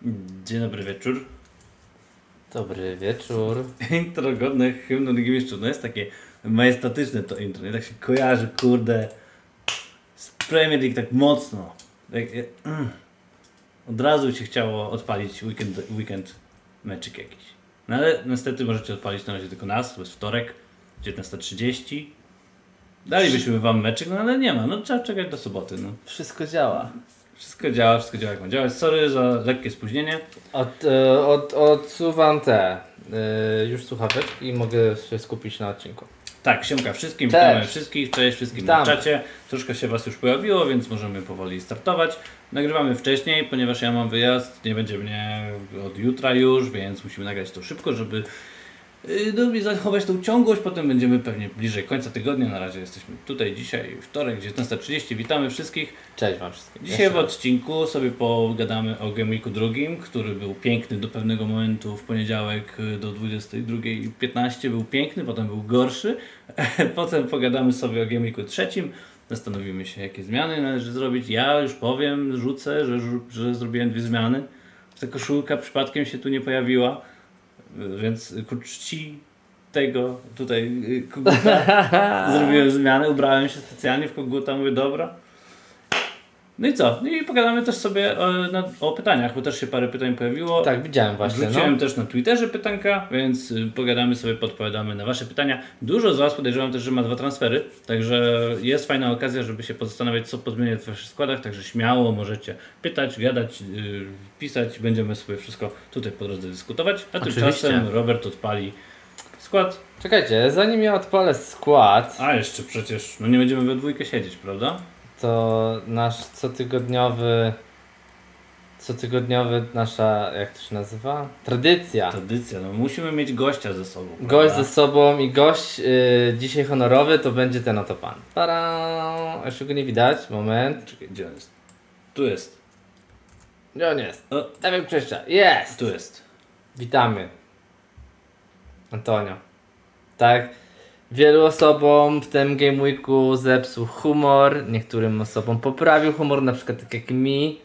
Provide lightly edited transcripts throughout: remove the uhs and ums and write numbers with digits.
Dzień dobry wieczór. Dobry wieczór. Intro godne hymnu Ligi Mistrzów. No jest takie majestatyczne to intro, nie? Tak się kojarzy, kurde, z Premier League tak mocno. Tak, od razu się chciało odpalić weekend meczyk jakiś. No ale niestety możecie odpalić na razie tylko nas, to jest wtorek, 19:30. Dalibyśmy wam meczyk, no ale nie ma, no trzeba czekać do soboty. No. Wszystko działa. Wszystko działa jak ma działać. Sorry za lekkie spóźnienie. Odsuwam już słuchaweczki i mogę się skupić na odcinku. Tak, siemka wszystkim, cześć. witamy wszystkich, cześć wszystkim na czacie. Troszkę się was już pojawiło, więc możemy powoli startować. Nagrywamy wcześniej, ponieważ ja mam wyjazd, nie będzie mnie od jutra już, więc musimy nagrać to szybko, żeby zachować tą ciągłość. Potem będziemy pewnie bliżej końca tygodnia. Na razie jesteśmy tutaj dzisiaj, wtorek, 19:30. Witamy wszystkich. Cześć wam wszystkim. Dzisiaj w odcinku sobie pogadamy o Game Weeku drugim, który był piękny do pewnego momentu. W poniedziałek do 22:15 był piękny, potem był gorszy. Potem pogadamy sobie o Game Weeku trzecim. Zastanowimy się, jakie zmiany należy zrobić. Ja już powiem, rzucę, że zrobiłem 2 zmiany. Ta koszulka przypadkiem się tu nie pojawiła, więc ku czci tego tutaj koguta zrobiłem zmianę, ubrałem się specjalnie w koguta, mówię dobra. No i co? I pogadamy też sobie o pytaniach, bo też się parę pytań pojawiło. Tak, widziałem właśnie. Wrzuciłem też na Twitterze pytanka, więc pogadamy sobie, podpowiadamy na wasze pytania. Dużo z was, podejrzewam też, że ma 2 transfery, także jest fajna okazja, żeby się pozastanawiać, co pozmieniać w waszych składach, także śmiało możecie pytać, gadać, pisać, będziemy sobie wszystko tutaj po drodze dyskutować, a tymczasem Robert odpali skład. Czekajcie, zanim ja odpalę skład... A jeszcze przecież, no nie będziemy we dwójkę siedzieć, prawda? To nasz cotygodniowy nasza, jak to się nazywa? Tradycja, no musimy mieć gościa ze sobą. Prawda? Gość ze sobą i gość dzisiaj honorowy to będzie ten oto pan. Para! Jeszcze go nie widać, moment. Czekaj, gdzie on jest? Tu jest. Gdzie on jest? Dawaj Krzysztof, jest! Tu jest. Witamy. Antonio. Tak. Wielu osobom w tym Game Weeku zepsuł humor, niektórym osobom poprawił humor, na przykład tak jak mi.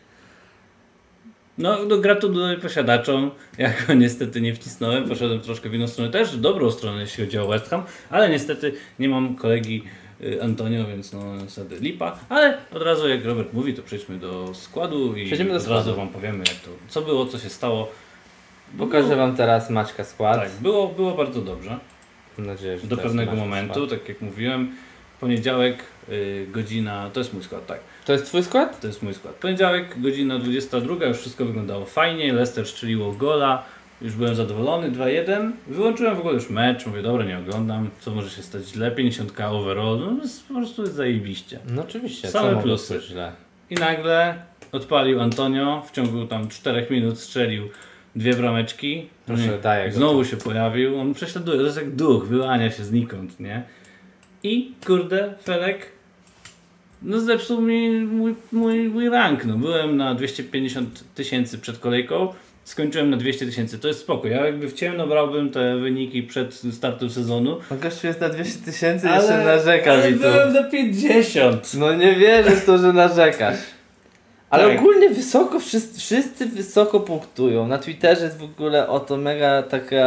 No gratuluję posiadaczom, ja go niestety nie wcisnąłem, poszedłem troszkę w inną stronę, też w dobrą stronę jeśli chodzi o West Ham, ale niestety nie mam kolegi Antonio, więc no niestety lipa, ale od razu jak Robert mówi, to przejdźmy do składu i od razu wam powiemy jak to, co było, co się stało. Pokażę wam teraz Maćka skład. Tak, było bardzo dobrze. Mam nadzieję, że do pewnego momentu, tak jak mówiłem, poniedziałek, godzina, to jest mój skład, tak. To jest twój skład? To jest mój skład. Poniedziałek, godzina 22, już wszystko wyglądało fajnie, Leicester strzeliło gola, już byłem zadowolony, 2-1. Wyłączyłem w ogóle już mecz, mówię, dobra, nie oglądam, co może się stać źle, 50k overall, no po prostu jest zajebiście. No oczywiście, same plusy. Źle. I nagle odpalił Antonio, w ciągu tam 4 minut strzelił 2 brameczki. Proszę, daję znowu się pojawił, on prześladuje, to jest jak duch, wyłania się znikąd, nie? I kurde, Felek, no zepsuł mi mój rank, no byłem na 250 000 przed kolejką, skończyłem na 200 000, to jest spoko, ja jakby w ciemno brałbym te wyniki przed startem sezonu. No gościu jest na 200 000 jeszcze narzeka mi tu. byłem na 50. No nie wierzę w to, że narzekasz. Ale tak. Ogólnie wysoko, wszyscy wysoko punktują. Na Twitterze jest w ogóle oto mega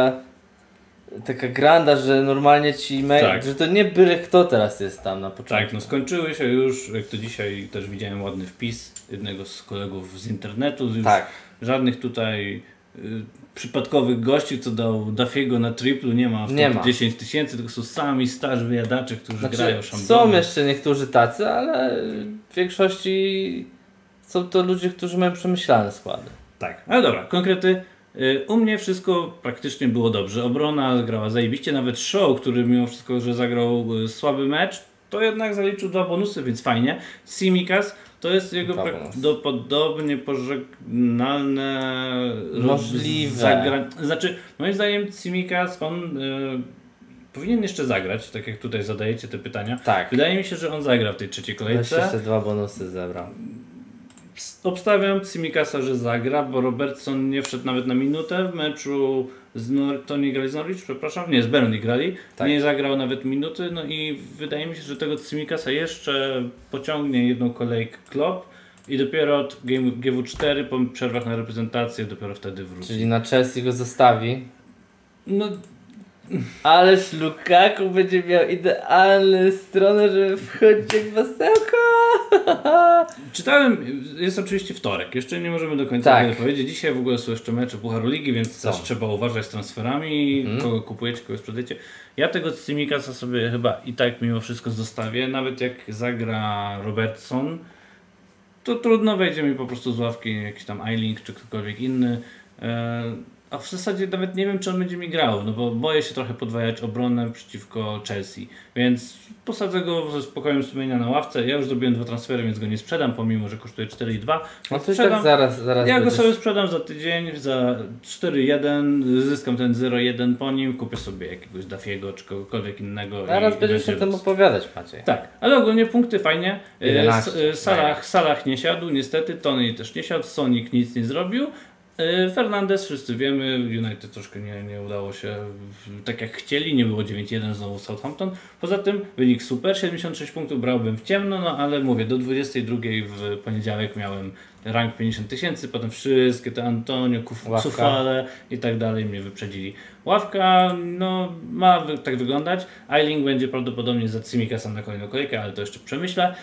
taka granda, że normalnie że to nie byle kto teraz jest tam na początku. Tak, no skończyły się już, jak to dzisiaj też widziałem ładny wpis jednego z kolegów z internetu, już żadnych tutaj przypadkowych gości, co dał Dafiego na triplu, nie ma 10 000, tylko są sami starzy wyjadacze, którzy grają szampiony. Są jeszcze niektórzy tacy, ale w większości są to ludzie, którzy mają przemyślane składy. Tak, ale dobra, konkrety. U mnie wszystko praktycznie było dobrze. Obrona grała zajebiście, nawet Show, który mimo wszystko, że zagrał słaby mecz, to jednak zaliczył 2 bonusy, więc fajnie. Simikas to jest jego podobnie pożegnalne możliwe. Znaczy, moim zdaniem Simikas, on powinien jeszcze zagrać, tak jak tutaj zadajecie te pytania. Tak. Wydaje mi się, że on zagra w tej trzeciej kolejce. Jeszcze 2 bonusy zebrał. Obstawiam Tsimikasa, że zagra, bo Robertson nie wszedł nawet na minutę w meczu to nie grali z Norwich, przepraszam, nie, z Burnley grali, nie zagrał nawet minuty, no i wydaje mi się, że tego Tsimikasa jeszcze pociągnie jedną kolejkę Klopp, I dopiero od GW4 po przerwach na reprezentację dopiero wtedy wróci. Czyli na Chelsea go zostawi. No, Ależ Lukaku będzie miał idealną stronę, żeby wchodzić jak masełko. czytałem, jest oczywiście wtorek, jeszcze nie możemy do końca Tak. wiele powiedzieć. Dzisiaj w ogóle są jeszcze mecze Pucharu Ligi, więc też trzeba uważać z transferami, kogo kupujecie, kogo sprzedajecie. Ja tego Tsimikas sobie chyba i tak mimo wszystko zostawię, nawet jak zagra Robertson, to trudno wejdzie mi po prostu z ławki jakiś tam Eiling czy ktokolwiek inny. A w zasadzie nawet nie wiem, czy on będzie mi grał, no bo boję się trochę podwajać obronę przeciwko Chelsea, więc posadzę go ze spokojem sumienia na ławce. Ja już zrobiłem 2 transfery, więc go nie sprzedam, pomimo że kosztuje 4,2. No to tak zaraz Ja będziesz... go sobie sprzedam za tydzień, za 4,1, zyskam ten 0,1 po nim, kupię sobie jakiegoś Dafiego czy kogokolwiek innego. Zaraz będziesz o tym opowiadać, Maciej. Tak, ale ogólnie punkty fajnie. 11. Salah nie siadł, niestety, Tony też nie siadł, Sonic nic nie zrobił. Fernandes, wszyscy wiemy, United troszkę nie udało się tak jak chcieli, nie było 9-1 znowu Southampton. Poza tym wynik super, 76 punktów brałbym w ciemno, no ale mówię, do 22 w poniedziałek miałem rank 50 000, potem wszystkie te Antonio, Cufale i tak dalej mnie wyprzedzili. Ławka, no ma tak wyglądać. Eiling będzie prawdopodobnie za Tsimikasem na kolejną kolejkę, ale to jeszcze przemyślę.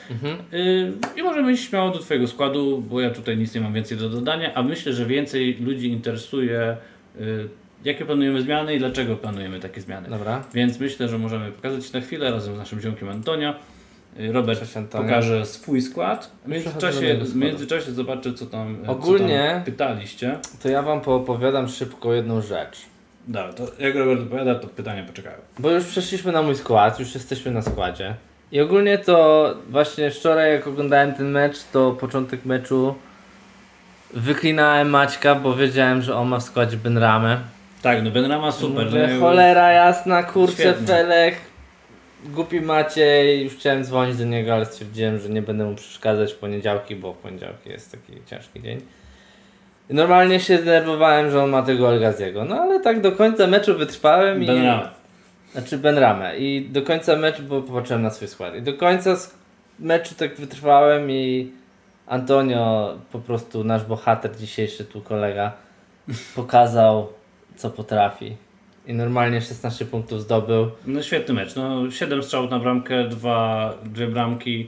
I możemy iść śmiało do Twojego składu, bo ja tutaj nic nie mam więcej do dodania, a myślę, że więcej ludzi interesuje jakie planujemy zmiany i dlaczego planujemy takie zmiany. Dobra. Więc myślę, że możemy pokazać na chwilę razem z naszym ziomkiem Antonio. Robert pokaże swój skład. W międzyczasie zobaczę, co tam pytaliście. To ja Wam poopowiadam szybko jedną rzecz. Dobra, to jak Robert opowiada, to pytania poczekają. Bo już przeszliśmy na mój skład, już jesteśmy na składzie. I ogólnie to właśnie wczoraj jak oglądałem ten mecz, to początek meczu wyklinałem Maćka, bo wiedziałem, że on ma w składzie Benramę. Tak, no Benrama super. Mówię, cholera jasna, kurczę Felek. Głupi Maciej, już chciałem dzwonić do niego, ale stwierdziłem, że nie będę mu przeszkadzać w poniedziałki, bo w poniedziałki jest taki ciężki dzień. I normalnie się zdenerwowałem, że on ma tego Elgaziego. No ale tak do końca meczu wytrwałem Benramę. I do końca meczu, bo popatrzyłem na swój skład. I do końca meczu tak wytrwałem i Antonio, po prostu nasz bohater dzisiejszy, tu kolega, pokazał co potrafi. I normalnie 16 punktów zdobył. No świetny mecz. No 7 strzałów na bramkę, 2 bramki.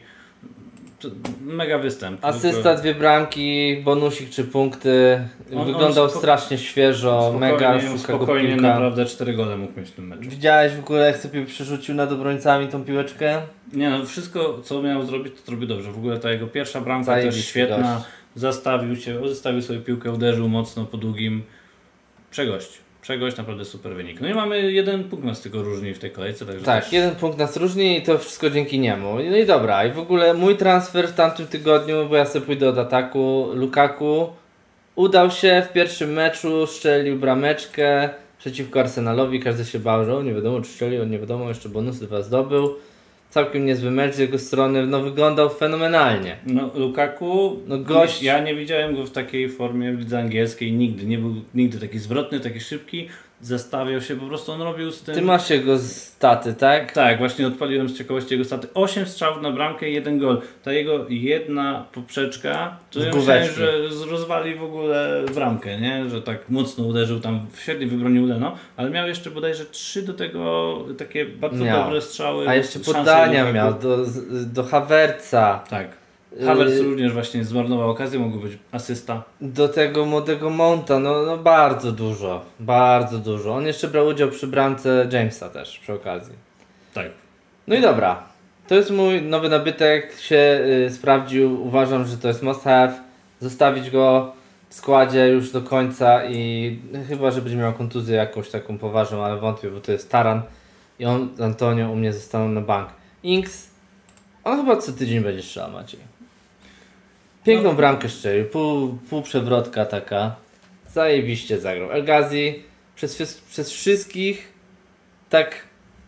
Mega występ. Asysta, 2 bramki, bonusik 3 punkty. Wyglądał strasznie świeżo, mega spokojnie piłka. Naprawdę 4 gole mógł mieć w tym meczu. Widziałeś w ogóle jak sobie przerzucił nad obrońcami tą piłeczkę? Nie no, wszystko co miał zrobić, to zrobił dobrze. W ogóle ta jego pierwsza bramka też świetna. Zostawił sobie piłkę, uderzył mocno po długim. Przegość, naprawdę super wynik. No i mamy 1 punkt nas tylko różni w tej kolejce. Także tak, też... 1 punkt nas różni i to wszystko dzięki niemu. No i dobra, i w ogóle mój transfer w tamtym tygodniu, bo ja sobie pójdę od ataku, Lukaku udał się w pierwszym meczu, strzelił brameczkę przeciwko Arsenalowi, każdy się bał, że nie wiadomo czy strzelił, nie wiadomo, jeszcze bonusy 2 zdobył. Całkiem niezły mecz z jego strony, no wyglądał fenomenalnie. No Lukaku, gość... Ja nie widziałem go w takiej formie w lidze angielskiej nigdy. Nie był nigdy taki zwrotny, taki szybki. Zastawiał się, po prostu on robił z tym... Ty masz jego staty, tak? Tak, właśnie odpaliłem z ciekawości jego staty. 8 strzałów na bramkę i 1 gol. Ta jego jedna poprzeczka, to ja myślałem, że rozwali w ogóle bramkę, nie? Że tak mocno uderzył tam, świetnie wybronił Leno, ale miał jeszcze bodajże 3 do tego takie bardzo dobre strzały. A jeszcze podania miał do Havertza. Tak. Havertz również właśnie zmarnował okazję, mógł być asysta. Do tego młodego Mounta, no bardzo dużo. On jeszcze brał udział przy bramce Jamesa też przy okazji. Tak. No i dobra, to jest mój nowy nabytek, się sprawdził, uważam, że to jest must have, zostawić go w składzie już do końca i chyba, że będzie miał kontuzję jakąś taką poważną, ale wątpię, bo to jest taran i on z Antonio u mnie zostaną na bank. Inks, on chyba co tydzień będzie strzelał, Maciej. Piękną bramkę strzelił, pół przewrotka taka, zajebiście zagrał. El Ghazi przez wszystkich tak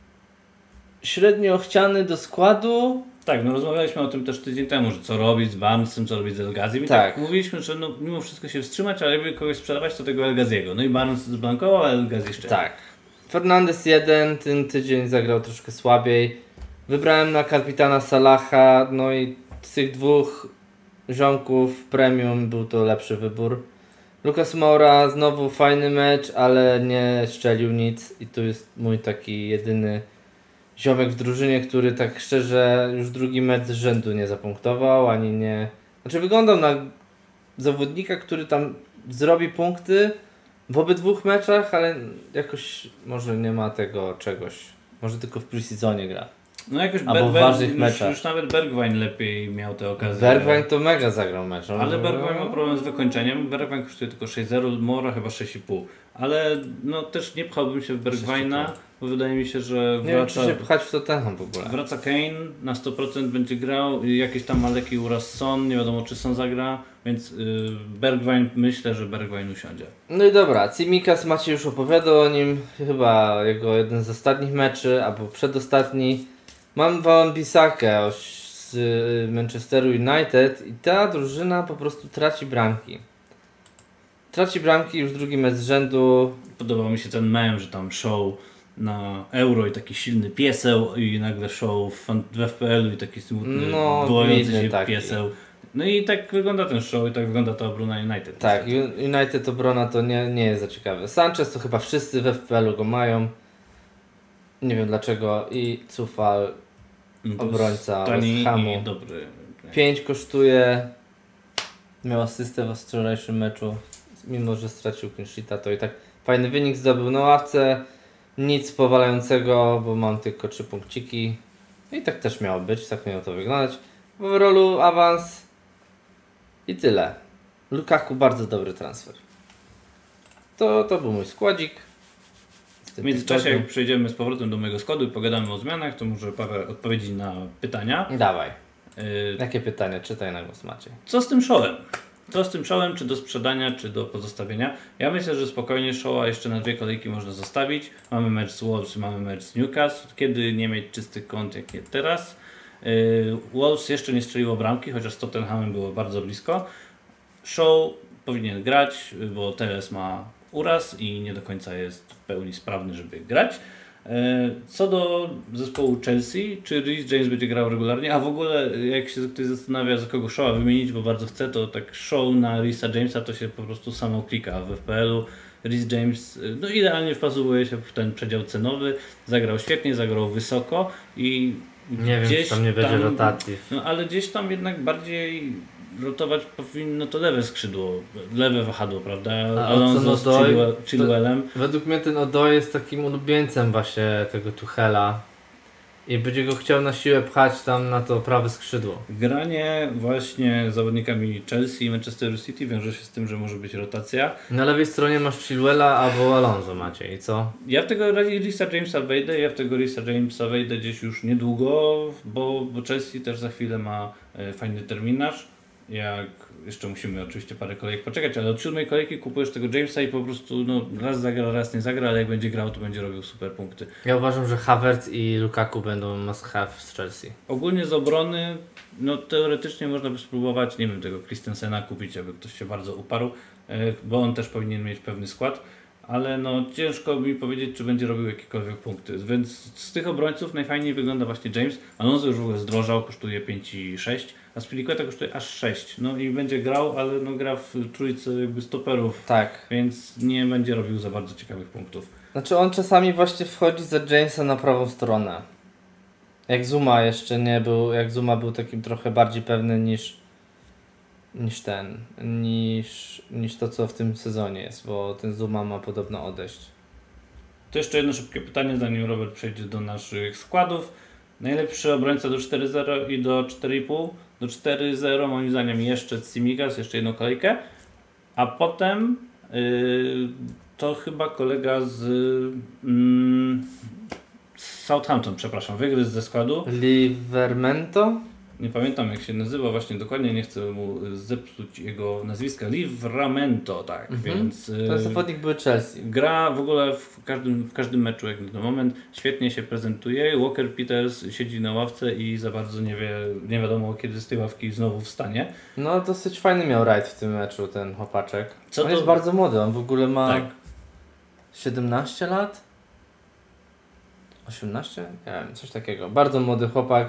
średnio chciany do składu. Tak, no rozmawialiśmy o tym też tydzień temu, że co robić z Barnesem, co robić z El Ghazim. I tak mówiliśmy, że no, mimo wszystko się wstrzymać, ale jakby kogoś sprzedawać, to tego El Ghaziego. No i Barnes zblankował, a El Ghazi jeszcze. Tak. Fernandes 1, ten tydzień zagrał troszkę słabiej. Wybrałem na kapitana Salaha, no i z tych dwóch ziomków premium był to lepszy wybór. Lucas Moura znowu fajny mecz, ale nie strzelił nic i tu jest mój taki jedyny ziomek w drużynie, który tak szczerze już drugi mecz z rzędu nie zapunktował, ani nie... Znaczy wyglądał na zawodnika, który tam zrobi punkty w obydwu meczach, ale jakoś może nie ma tego czegoś. Może tylko w pre-seasonie gra. No jakoś albo w ważnych meczach. Już nawet Bergwijn lepiej miał te okazje. Bergwijn to mega zagrał mecz. Ale Bergwijn ma problem z wykończeniem. Bergwijn kosztuje tylko 6,0, Mora chyba 6,5. Ale no też nie pchałbym się w Bergwijna, bo wydaje mi się, że nie wiem, czy się pchać w Tottenham w ogóle. Wraca Kane, na 100% będzie grał, jakieś tam ma leki uraz Son, nie wiadomo czy Son zagra, więc Bergwijn, myślę, że Bergwijn usiądzie. No i dobra, Tsimikas Maciej już opowiadał o nim, chyba jego jeden z ostatnich meczy, albo przedostatni. Mam Wan-Bissakę z Manchesteru United i ta drużyna po prostu traci bramki. Traci bramki już drugi mecz z rzędu. Podobał mi się ten mem, że tam show na Euro i taki silny pieseł i nagle show w FPL-u i taki smutny, wołający się taki pieseł. No i tak wygląda ten show i tak wygląda ta obrona United. Tak, United obrona to nie jest za ciekawe. Sanchez to chyba wszyscy w FPL-u go mają. Nie wiem dlaczego. I Cufal, obrońca West Hamu. Dobry. 5 kosztuje. Miał asystę w wczorajszym meczu. Mimo że stracił clean sheeta, to i tak fajny wynik zdobył na ławce. Nic powalającego, bo mam tylko 3 punkciki. I tak też miało być, tak miało to wyglądać. W overallu awans i tyle. Lukaku bardzo dobry transfer. To był mój składzik. W międzyczasie jak przejdziemy z powrotem do mojego składu i pogadamy o zmianach, to może parę odpowiedzi na pytania. Dawaj. Jakie pytania? Czytaj na głos Maciej. Co z tym showem? Co z tym showem? Czy do sprzedania, czy do pozostawienia? Ja myślę, że spokojnie showa jeszcze na 2 kolejki można zostawić. Mamy mecz z Wolves, mamy mecz z Newcastle. Kiedy nie mieć czystych kąt, jak nie teraz. Wolves jeszcze nie strzeliło bramki, chociaż z Tottenhamem było bardzo blisko. Show powinien grać, bo teraz ma uraz i nie do końca jest w pełni sprawny, żeby grać. Co do zespołu Chelsea, czy Reece James będzie grał regularnie, a w ogóle jak się ktoś zastanawia, za kogo Shawa wymienić, bo bardzo chce, to tak show na Reece'a Jamesa to się po prostu samo klika w FPL-u. Reece James no idealnie wpasowuje się w ten przedział cenowy, zagrał świetnie, zagrał wysoko i nie wiem, czy tam nie będzie rotacji. No ale gdzieś tam jednak bardziej rotować powinno to lewe skrzydło, lewe wahadło, prawda? Alonso z Chilwellem. Według mnie ten Odoi jest takim ulubieńcem właśnie tego Tuchela i będzie go chciał na siłę pchać tam na to prawe skrzydło. Granie właśnie zawodnikami Chelsea i Manchester City wiąże się z tym, że może być rotacja. Na lewej stronie masz Chilwella albo Alonso Maciej, co? Ja w tego Reece'a Jamesa wejdę gdzieś już niedługo, bo Chelsea też za chwilę ma fajny terminarz. Jak jeszcze musimy oczywiście parę kolejek poczekać, ale od 7 kolejki kupujesz tego Jamesa i po prostu raz zagra, raz nie zagra, ale jak będzie grał, to będzie robił super punkty. Ja uważam, że Havertz i Lukaku będą must have z Chelsea. Ogólnie z obrony, teoretycznie można by spróbować, nie wiem, tego Christensena kupić, aby ktoś się bardzo uparł, bo on też powinien mieć pewny skład, ale ciężko mi powiedzieć, czy będzie robił jakiekolwiek punkty, więc z tych obrońców najfajniej wygląda właśnie James. Alonso już w ogóle zdrożał, kosztuje 5,6, a Spilicueta kosztuje aż 6. I będzie grał, ale gra w trójce jakby stoperów, tak, więc nie będzie robił za bardzo ciekawych punktów. Znaczy on czasami właśnie wchodzi za Jamesa na prawą stronę. Jak Zuma jeszcze nie był, jak Zuma był takim trochę bardziej pewny niż to, co w tym sezonie jest, bo ten Zuma ma podobno odejść. To jeszcze jedno szybkie pytanie, zanim Robert przejdzie do naszych składów. Najlepszy obrońca do 4-0 i do 4,5. Do 4-0 moim zdaniem jeszcze Tsimikas, jeszcze jedną kolejkę. A potem to chyba kolega z Southampton, przepraszam, wygryzł ze składu. Livramento? Nie pamiętam jak się nazywa właśnie dokładnie, nie chcę mu zepsuć jego nazwiska. Livramento, tak. Więc ten zawodnik był Chelsea. Gra w ogóle w każdym meczu jak na ten moment. Świetnie się prezentuje. Walker Peters siedzi na ławce i za bardzo nie wiadomo kiedy z tej ławki znowu wstanie. Dosyć fajny miał rajd w tym meczu ten chłopaczek. On jest bardzo młody, on w ogóle ma 17 lat? 18? Nie wiem, coś takiego. Bardzo młody chłopak.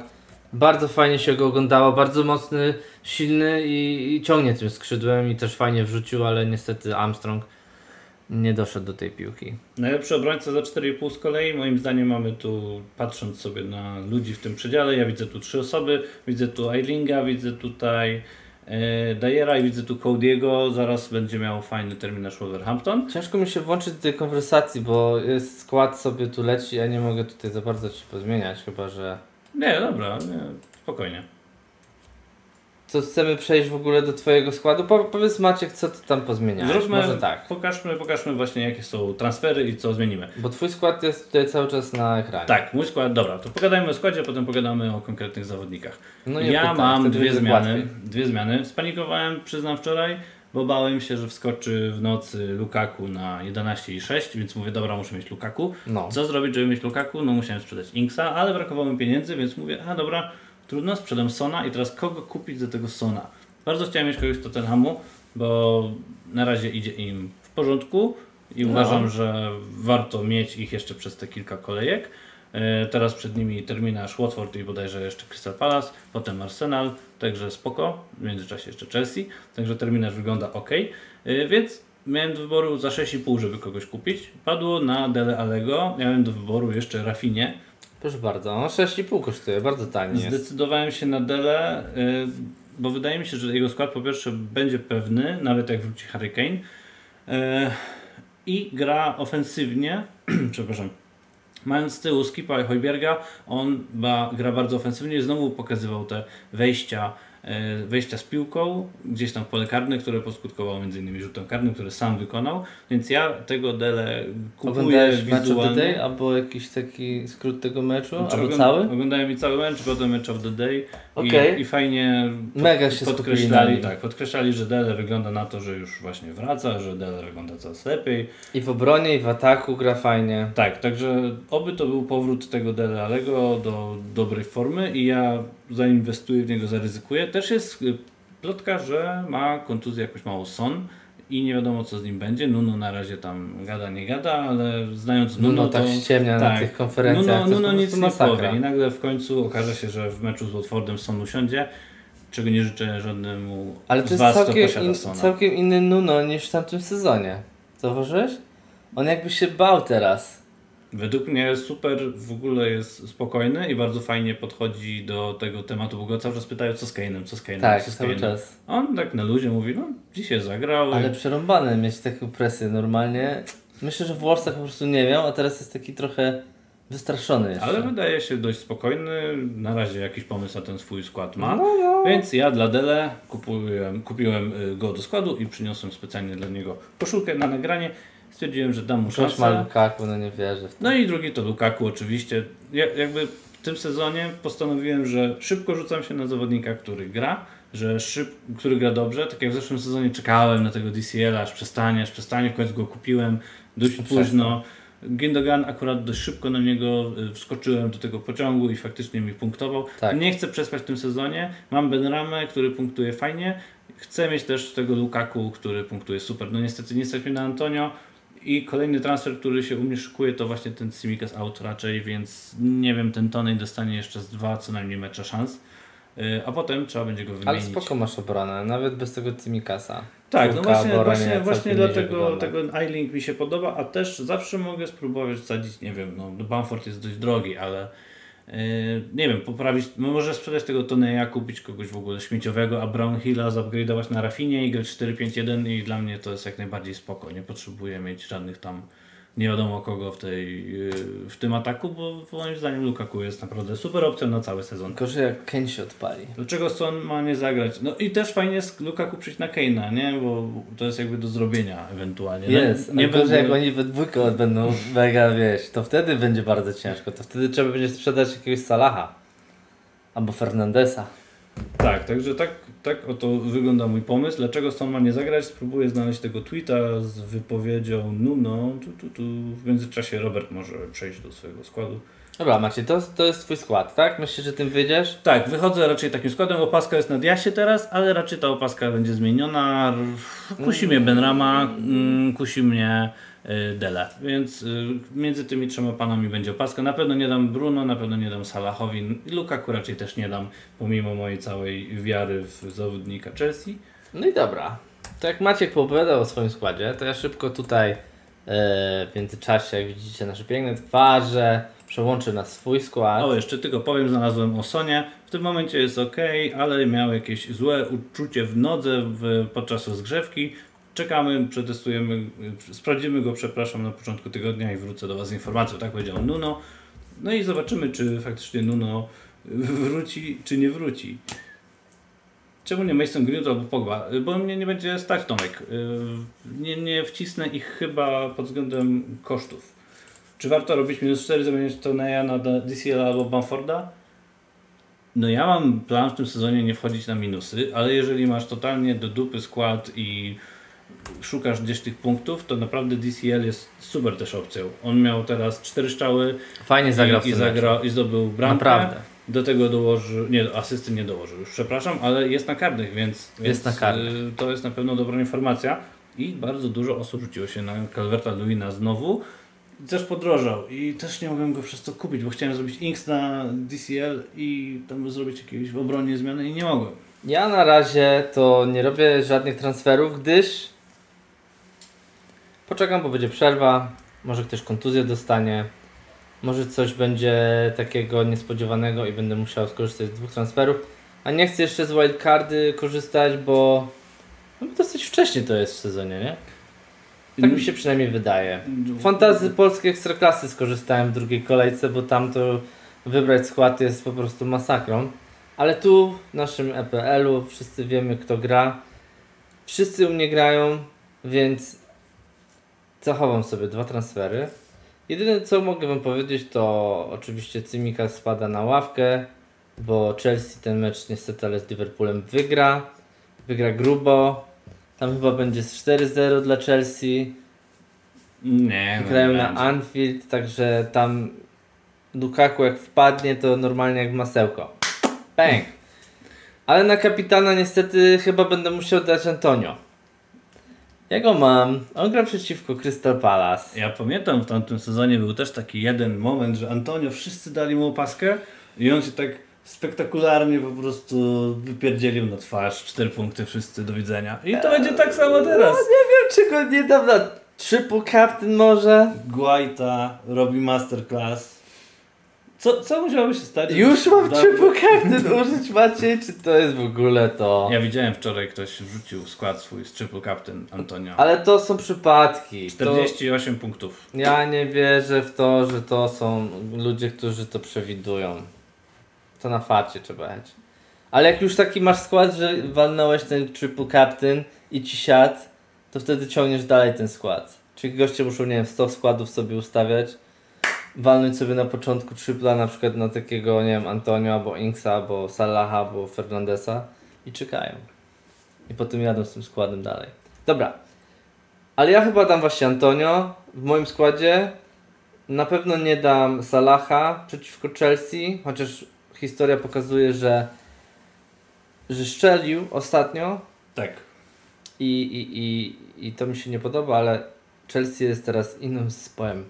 Bardzo fajnie się go oglądało, bardzo mocny, silny i ciągnie tym skrzydłem i też fajnie wrzucił, ale niestety Armstrong nie doszedł do tej piłki. Najlepszy obrońca za 4,5 z kolei, moim zdaniem mamy tu, patrząc sobie na ludzi w tym przedziale, ja widzę tu 3 osoby, widzę tu Eilinga, widzę tutaj Dyera i widzę tu Cody'ego, zaraz będzie miał fajny terminarz Wolverhampton. Ciężko mi się włączyć do tej konwersacji, bo jest skład sobie tu leci, ja nie mogę tutaj za bardzo Ci pozmieniać, chyba że... Nie, dobra, nie, spokojnie. Co chcemy przejść w ogóle do Twojego składu? Powiedz Maciek, co Ty tam pozmieniałeś? Zróbmy, może tak. Pokażmy właśnie jakie są transfery i co zmienimy. Bo Twój skład jest tutaj cały czas na ekranie. Tak, mój skład, dobra, to pogadajmy o składzie, potem pogadamy o konkretnych zawodnikach. No ja mam dwie zmiany. Spanikowałem, przyznam wczoraj, bo bałem się, że wskoczy w nocy Lukaku na 11,6, więc mówię, dobra, muszę mieć Lukaku. No. Co zrobić, żeby mieć Lukaku? No musiałem sprzedać Inksa, ale brakowało mi pieniędzy, więc mówię, dobra, trudno, sprzedam Sona i teraz kogo kupić za tego Sona? Bardzo chciałem mieć kogoś z Tottenhamu, bo na razie idzie im w porządku i uważam, że warto mieć ich jeszcze przez te kilka kolejek. Teraz przed nimi terminarz Watford i bodajże jeszcze Crystal Palace, potem Arsenal, także spoko, w międzyczasie jeszcze Chelsea, także terminarz wygląda ok, więc miałem do wyboru za 6,5, żeby kogoś kupić. Padło na Dele Allego, miałem do wyboru jeszcze Rafinę. Proszę bardzo, no 6,5 kosztuje, bardzo tani jest. Zdecydowałem się na Dele, bo wydaje mi się, że jego skład po pierwsze będzie pewny, nawet jak wróci Harry Kane, i gra ofensywnie, przepraszam, mając z tyłu Skipa i Hojbjerga, on gra bardzo ofensywnie, znowu pokazywał te wejścia z piłką, gdzieś tam w pole karne, które poskutkowało m.in. rzutem karnym, który sam wykonał, więc ja tego Dele kupuję wizualnie. Day, albo jakiś taki skrót tego meczu, albo cały? Oglądałem i cały mecz, potem Match of the Day i fajnie mega się podkreślali, że Dele wygląda na to, że już właśnie wraca, że Dele wygląda coraz lepiej. I w obronie, i w ataku gra fajnie. Tak, także oby to był powrót tego Dele Allego do dobrej formy i ja zainwestuję w niego, zaryzykuję. Też jest plotka, że ma kontuzję jakoś mało Son i nie wiadomo co z nim będzie. Nuno na razie tam nie gada, ale znając Nuno tak ściemnia na tych konferencjach. Nuno nic nie powie i nagle w końcu okaże się, że w meczu z Watfordem Son usiądzie, czego nie życzę żadnemu z was, kto posiada Sona. Całkiem inny Nuno niż w tamtym sezonie. Zauważyłeś? On jakby się bał teraz. Według mnie super, w ogóle jest spokojny i bardzo fajnie podchodzi do tego tematu, bo go cały czas pytają co z Kane'em. Tak, cały czas. On tak na luzie mówi, dzisiaj zagrał. Ale przerąbane mieć taką presję normalnie. Myślę, że w Wolvesach po prostu nie miał, a teraz jest taki trochę wystraszony jeszcze. Ale wydaje się dość spokojny, na razie jakiś pomysł na ten swój skład ma, więc ja dla Dele kupiłem go do składu i przyniosłem specjalnie dla niego koszulkę na nagranie. Stwierdziłem, że dam mu szansę. Ma Lukaku, no nie wierzę w to. No i drugi to Lukaku oczywiście. Jakby w tym sezonie postanowiłem, że szybko rzucam się na zawodnika, który gra, który gra dobrze. Tak jak w zeszłym sezonie czekałem na tego DCL-a, aż przestanie, w końcu go kupiłem dość późno. Gündogan akurat dość szybko na niego wskoczyłem do tego pociągu i faktycznie mi punktował. Tak. Nie chcę przespać w tym sezonie. Mam Benramę, który punktuje fajnie. Chcę mieć też tego Lukaku, który punktuje super. No niestety nie stać mnie na Antonio. I kolejny transfer, który się u mnie szykuje, to właśnie ten Tsimikas out raczej, więc nie wiem, ten Tony dostanie jeszcze z 2 co najmniej mecze szans, a potem trzeba będzie go wymienić. Ale spoko masz obronę, nawet bez tego Tsimikasa. Tak, no właśnie dlatego tego Eiling mi się podoba, a też zawsze mogę spróbować wsadzić, nie wiem, Bamford jest dość drogi, ale nie wiem, poprawić, może sprzedać tego Toneja, kupić kogoś w ogóle śmieciowego, a Brownhilla zupgrade'ować na Rafinie i grać 4-5-1 i dla mnie to jest jak najbardziej spoko. Nie potrzebuję mieć żadnych tam nie wiadomo kogo w tym ataku, bo moim zdaniem Lukaku jest naprawdę super opcją na cały sezon. Gorzej jak Kane się odpali. Dlaczego Son ma nie zagrać? No i też fajnie jest Lukaku przyjść na Kane'a, nie? Bo to jest jakby do zrobienia ewentualnie. Jest, nie gorzej jak oni we dwójkę będą mega, to wtedy będzie bardzo ciężko. To wtedy trzeba będzie sprzedać jakiegoś Salaha albo Fernandesa. Tak, także tak oto wygląda mój pomysł. Dlaczego Son ma nie zagrać? Spróbuję znaleźć tego tweeta z wypowiedzią Nuno. W międzyczasie Robert może przejść do swojego składu. Dobra, Maciej, to jest twój skład, tak? Myślisz, że tym wyjdziesz? Tak, wychodzę raczej takim składem. Opaska jest na Diasie teraz, ale raczej ta opaska będzie zmieniona. Kusi mnie Benrama, kusi mnie Dele. Więc między tymi trzema panami będzie opaska. Na pewno nie dam Bruno, na pewno nie dam Salahowi. Lukaku raczej też nie dam, pomimo mojej całej wiary w zawodnika Chelsea. No i dobra. To jak Maciek poopowiadał o swoim składzie, to ja szybko tutaj w międzyczasie, jak widzicie nasze piękne twarze, przełączę na swój skład. O, jeszcze tylko powiem, znalazłem o Sonie. W tym momencie jest ok, ale miał jakieś złe uczucie w nodze podczas rozgrzewki. Czekamy, przetestujemy, sprawdzimy go, przepraszam, na początku tygodnia i wrócę do Was z informacją. Tak powiedział Nuno. No i zobaczymy, czy faktycznie Nuno wróci, czy nie wróci. Czemu nie Mason Greenwood albo Pogba? Bo mnie nie będzie stać, Tomek. Nie wcisnę ich chyba pod względem kosztów. Czy warto robić -4, zamieniać Toneja na DCL albo Bamforda? No ja mam plan w tym sezonie nie wchodzić na minusy, ale jeżeli masz totalnie do dupy skład i szukasz gdzieś tych punktów, to naprawdę DCL jest super też opcją. On miał teraz 4 strzały. Fajnie zagrał i zdobył bramkę. Naprawdę. Do tego dołożył, asysty nie dołożył, już przepraszam, ale jest na karnych, więc na karnych. To jest na pewno dobra informacja. I bardzo dużo osób rzuciło się na Calverta-Lewina znowu. Też podrożał i też nie mogłem go przez to kupić, bo chciałem zrobić Inks na DCL i tam zrobić jakieś w obronie zmiany i nie mogłem. Ja na razie to nie robię żadnych transferów, gdyż poczekam, bo będzie przerwa, może ktoś kontuzję dostanie, może coś będzie takiego niespodziewanego i będę musiał skorzystać z 2 transferów, a nie chcę jeszcze z wildcardy korzystać, bo dosyć wcześnie to jest w sezonie, nie? Tak mi się przynajmniej wydaje. Fantasy polskiej ekstraklasy skorzystałem w drugiej kolejce, bo tam to wybrać skład jest po prostu masakrą. Ale tu w naszym EPL-u wszyscy wiemy, kto gra. Wszyscy u mnie grają, więc zachowam sobie 2 transfery. Jedyne co mogę Wam powiedzieć, to oczywiście Cymika spada na ławkę, bo Chelsea ten mecz niestety, ale z Liverpoolem wygra. Wygra grubo. Tam chyba będzie 4-0 dla Chelsea. Nie, grają na Anfield, także tam Lukaku jak wpadnie, to normalnie jak masełko. Bang! Ale na kapitana niestety chyba będę musiał dać Antonio. Ja go mam. On gra przeciwko Crystal Palace. Ja pamiętam, w tamtym sezonie był też taki jeden moment, że Antonio wszyscy dali mu opaskę i on się tak spektakularnie po prostu wypierdzielił na twarz. 4 punkty, wszyscy do widzenia. I to będzie tak samo teraz. No, nie wiem, czy go nie dam na triple captain może. Guaita robi masterclass. Co musiałoby się stać? Już mam triple captain użyć, Maciej, czy to jest w ogóle to? Ja widziałem wczoraj, ktoś wrzucił skład swój z triple captain Antonio. Ale to są przypadki. 48 punktów. Ja nie wierzę w to, że to są ludzie, którzy to przewidują. To na facie trzeba jechać. Ale jak już taki masz skład, że walnąłeś ten triple captain i ci siadł, to wtedy ciągniesz dalej ten skład. Czyli goście muszą, nie wiem, 100 składów sobie ustawiać, walnąć sobie na początku tripla na przykład na takiego, nie wiem, Antonio, albo Inksa, albo Salaha, albo Fernandesa i czekają. I potem jadą z tym składem dalej. Dobra. Ale ja chyba dam właśnie Antonio w moim składzie. Na pewno nie dam Salaha przeciwko Chelsea, chociaż historia pokazuje, że szczelił ostatnio. Tak. I to mi się nie podoba, ale Chelsea jest teraz innym zespołem.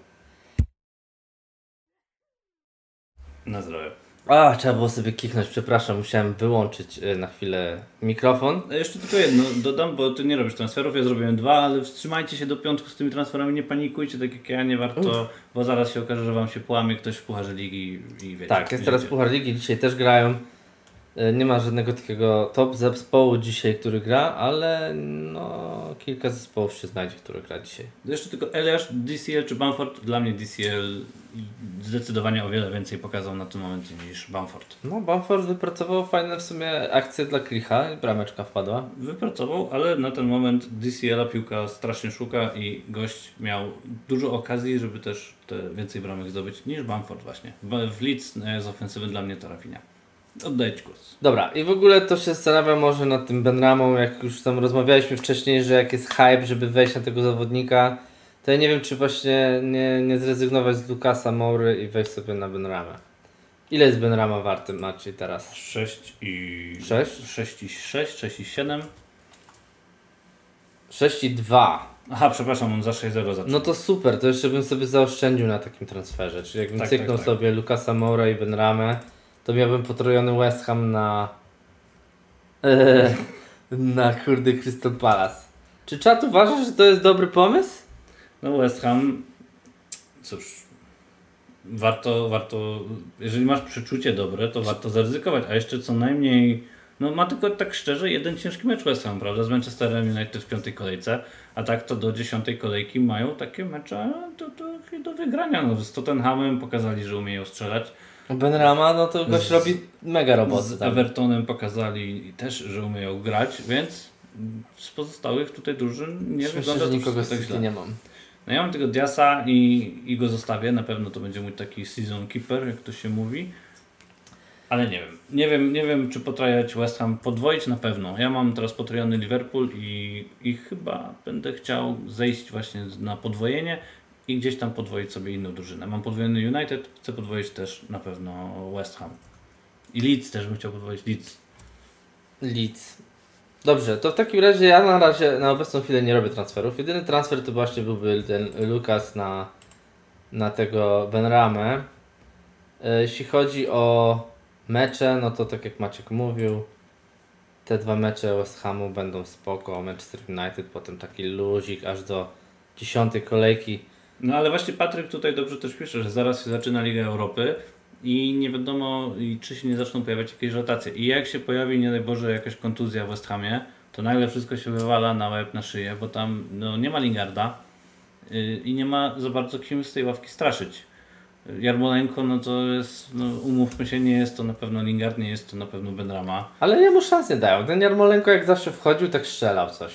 Na zdrowie. Trzeba było sobie kiknąć, przepraszam, musiałem wyłączyć na chwilę mikrofon. Jeszcze tylko jedno dodam, bo ty nie robisz transferów, ja zrobiłem 2, ale wstrzymajcie się do piątku z tymi transferami, nie panikujcie tak jak ja, nie warto, bo zaraz się okaże, że wam się połamie ktoś w Pucharze Ligi i wiecie. Tak, jest teraz Puchar Ligi, dzisiaj też grają. Nie ma żadnego takiego top zespołu dzisiaj, który gra, ale no kilka zespołów się znajdzie, które gra dzisiaj. Jeszcze tylko Eliasz, DCL czy Bamford? Dla mnie DCL zdecydowanie o wiele więcej pokazał na tym momencie niż Bamford. No Bamford wypracował fajne w sumie akcje dla Klicha i brameczka wpadła. Wypracował, ale na ten moment DCL-a piłka strasznie szuka i gość miał dużo okazji, żeby też te więcej bramek zdobyć niż Bamford właśnie. W Leeds z ofensywy dla mnie to Rafinha. Oddaję Ci głos. Dobra, i w ogóle to się zastanawiam może nad tym Benramą, jak już tam rozmawialiśmy wcześniej, że jak jest hype, żeby wejść na tego zawodnika, To ja nie wiem, czy właśnie nie zrezygnować z Lucasa Moury i wejść sobie na Benramę. Ile jest Benrama warty Maciej teraz? 6 i... 6? 6 i 6, 6 i 7. 6,2. Aha, przepraszam, on za 6-0 zaczął. No to super, to jeszcze bym sobie zaoszczędził na takim transferze. Czyli jakbym Tak, cyknął tak. sobie Lucasa Moura i Benramę, to miałbym potrojony West Ham na... na kurde Crystal Palace. Czy czat uważa, że to jest dobry pomysł? No West Ham, cóż, warto, jeżeli masz przeczucie dobre, to warto zaryzykować, a jeszcze co najmniej, no ma tylko tak szczerze jeden ciężki mecz West Ham, prawda, z Manchesterem United w 5. kolejce, a tak to do 10. kolejki mają takie mecze do wygrania, no z Tottenhamem pokazali, że umieją strzelać. Benrama, no to gość robi mega roboty. Z tam. Evertonem pokazali też, że umieją grać, więc z pozostałych tutaj drużyn nie Myślę, wygląda że to nikogo wszystko z tak City źle. nie mam. No ja mam tego Diasa i go zostawię, na pewno to będzie mój taki season keeper, jak to się mówi. Ale nie wiem czy potrajać West Ham, podwoić na pewno. Ja mam teraz potrojony Liverpool i chyba będę chciał zejść właśnie na podwojenie i gdzieś tam podwoić sobie inną drużynę. Mam podwojony United, chcę podwoić też na pewno West Ham. I Leeds też bym chciał podwoić, Leeds. Dobrze, to w takim razie ja na razie, na obecną chwilę nie robię transferów. Jedyny transfer to właśnie byłby ten Lucas na tego Benramę. Jeśli chodzi o mecze, no to tak jak Maciek mówił, te 2 mecze West Hamu będą spoko. Manchester United, potem taki luzik aż do 10. kolejki. No ale właśnie Patryk tutaj dobrze też pisze, że zaraz się zaczyna Liga Europy i nie wiadomo, czy się nie zaczną pojawiać jakieś rotacje. I jak się pojawi, nie daj Boże, jakaś kontuzja w West Hamie, to nagle wszystko się wywala na łeb, na szyję, bo tam no, nie ma Lingarda i nie ma za bardzo kim z tej ławki straszyć. Jarmolenko, no to jest, no umówmy się, nie jest to na pewno Lingard, nie jest to na pewno Benrama. Ale jemu szans nie dają. Ten Jarmolenko jak zawsze wchodził, tak strzelał coś.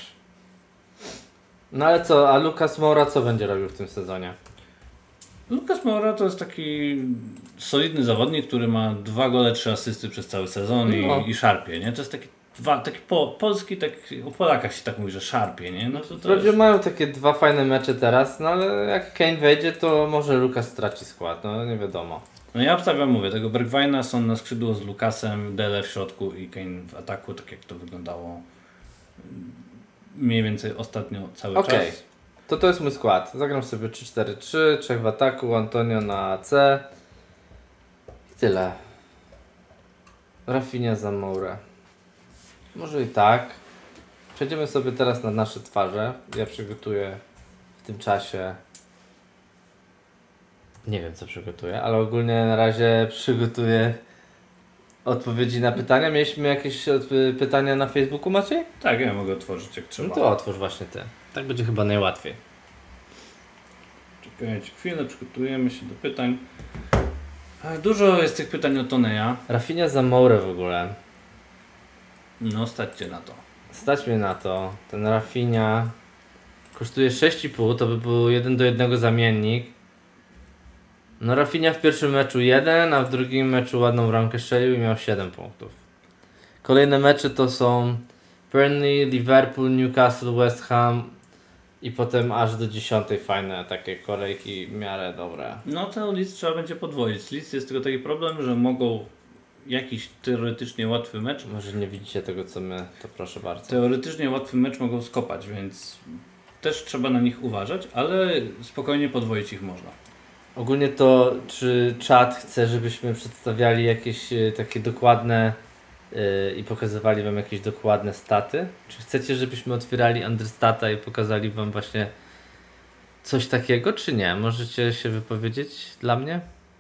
No ale co, a Lucas Moura co będzie robił w tym sezonie? Lucas Moura to jest taki solidny zawodnik, który ma 2 gole, 3 asysty przez cały sezon i szarpie, nie? To jest taki polski, tak o Polakach się tak mówi, że szarpie, nie? No to Wprawdzie jest... mają takie 2 fajne mecze teraz, no ale jak Kane wejdzie, to może Lucas straci skład, no nie wiadomo. No ja obstawiam, mówię, tego Bergwijna są na skrzydło z Lucasem, Dele w środku i Kane w ataku, tak jak to wyglądało mniej więcej ostatnio cały czas. To jest mój skład. Zagram sobie 3-4-3, 3 w ataku, Antonio na C. I tyle. Rafinha za Mourę. Może i tak. Przejdziemy sobie teraz na nasze twarze. Ja przygotuję w tym czasie... Nie wiem co przygotuję, ale ogólnie na razie przygotuję odpowiedzi na pytania. Mieliśmy jakieś pytania na Facebooku, Maciej? Tak, ja mogę otworzyć jak trzeba. No to otwórz właśnie ty. Tak będzie chyba najłatwiej. Czekajcie chwilę, przygotujemy się do pytań. Dużo jest tych pytań o Toneja. Rafinha za Mourę w ogóle. No, staćcie na to. Stać mnie na to. Ten Rafinha kosztuje 6,5, to by był 1:1 zamiennik. No Rafinha w pierwszym meczu 1, a w drugim meczu ładną bramkę strzelił i miał 7 punktów. Kolejne mecze to są Burnley, Liverpool, Newcastle, West Ham i potem aż do 10 fajne takie kolejki w miarę dobre. No, ten Leeds trzeba będzie podwoić. Z Leeds jest tylko taki problem, że mogą jakiś teoretycznie łatwy mecz. Może nie widzicie tego co my, to proszę bardzo. Teoretycznie łatwy mecz mogą skopać, więc też trzeba na nich uważać, ale spokojnie podwoić ich można. Ogólnie to, czy czat chce, żebyśmy przedstawiali jakieś takie dokładne i pokazywali wam jakieś dokładne staty? Czy chcecie, żebyśmy otwierali Understata i pokazali wam właśnie coś takiego, czy nie? Możecie się wypowiedzieć dla mnie?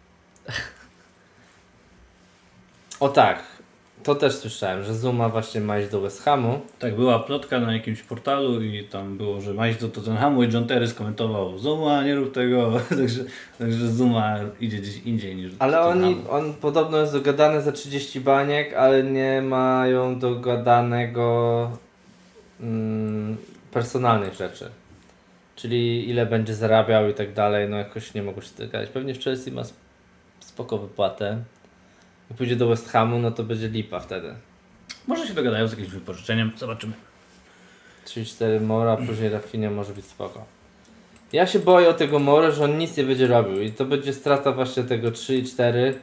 O tak, to też słyszałem, że Zuma właśnie ma iść do West Hamu. Tak, była plotka na jakimś portalu i tam było, że ma iść do Tottenhamu i John Terry skomentował: Zuma, nie rób tego, także Zuma idzie gdzieś indziej niż do Ale Tottenhamu. on podobno jest dogadany za 30 baniek, ale nie mają dogadanego personalnych rzeczy. Czyli ile będzie zarabiał i tak dalej, no jakoś nie mogą się dogadać. Pewnie w Chelsea ma spoko wypłatę. Jak pójdzie do West Hamu, no to będzie lipa wtedy. Może się dogadają z jakimś wypożyczeniem, zobaczymy. 3-4 Mora, później Rafinha może być spoko. Ja się boję o tego More, że on nic nie będzie robił i to będzie strata właśnie tego 3 i 4.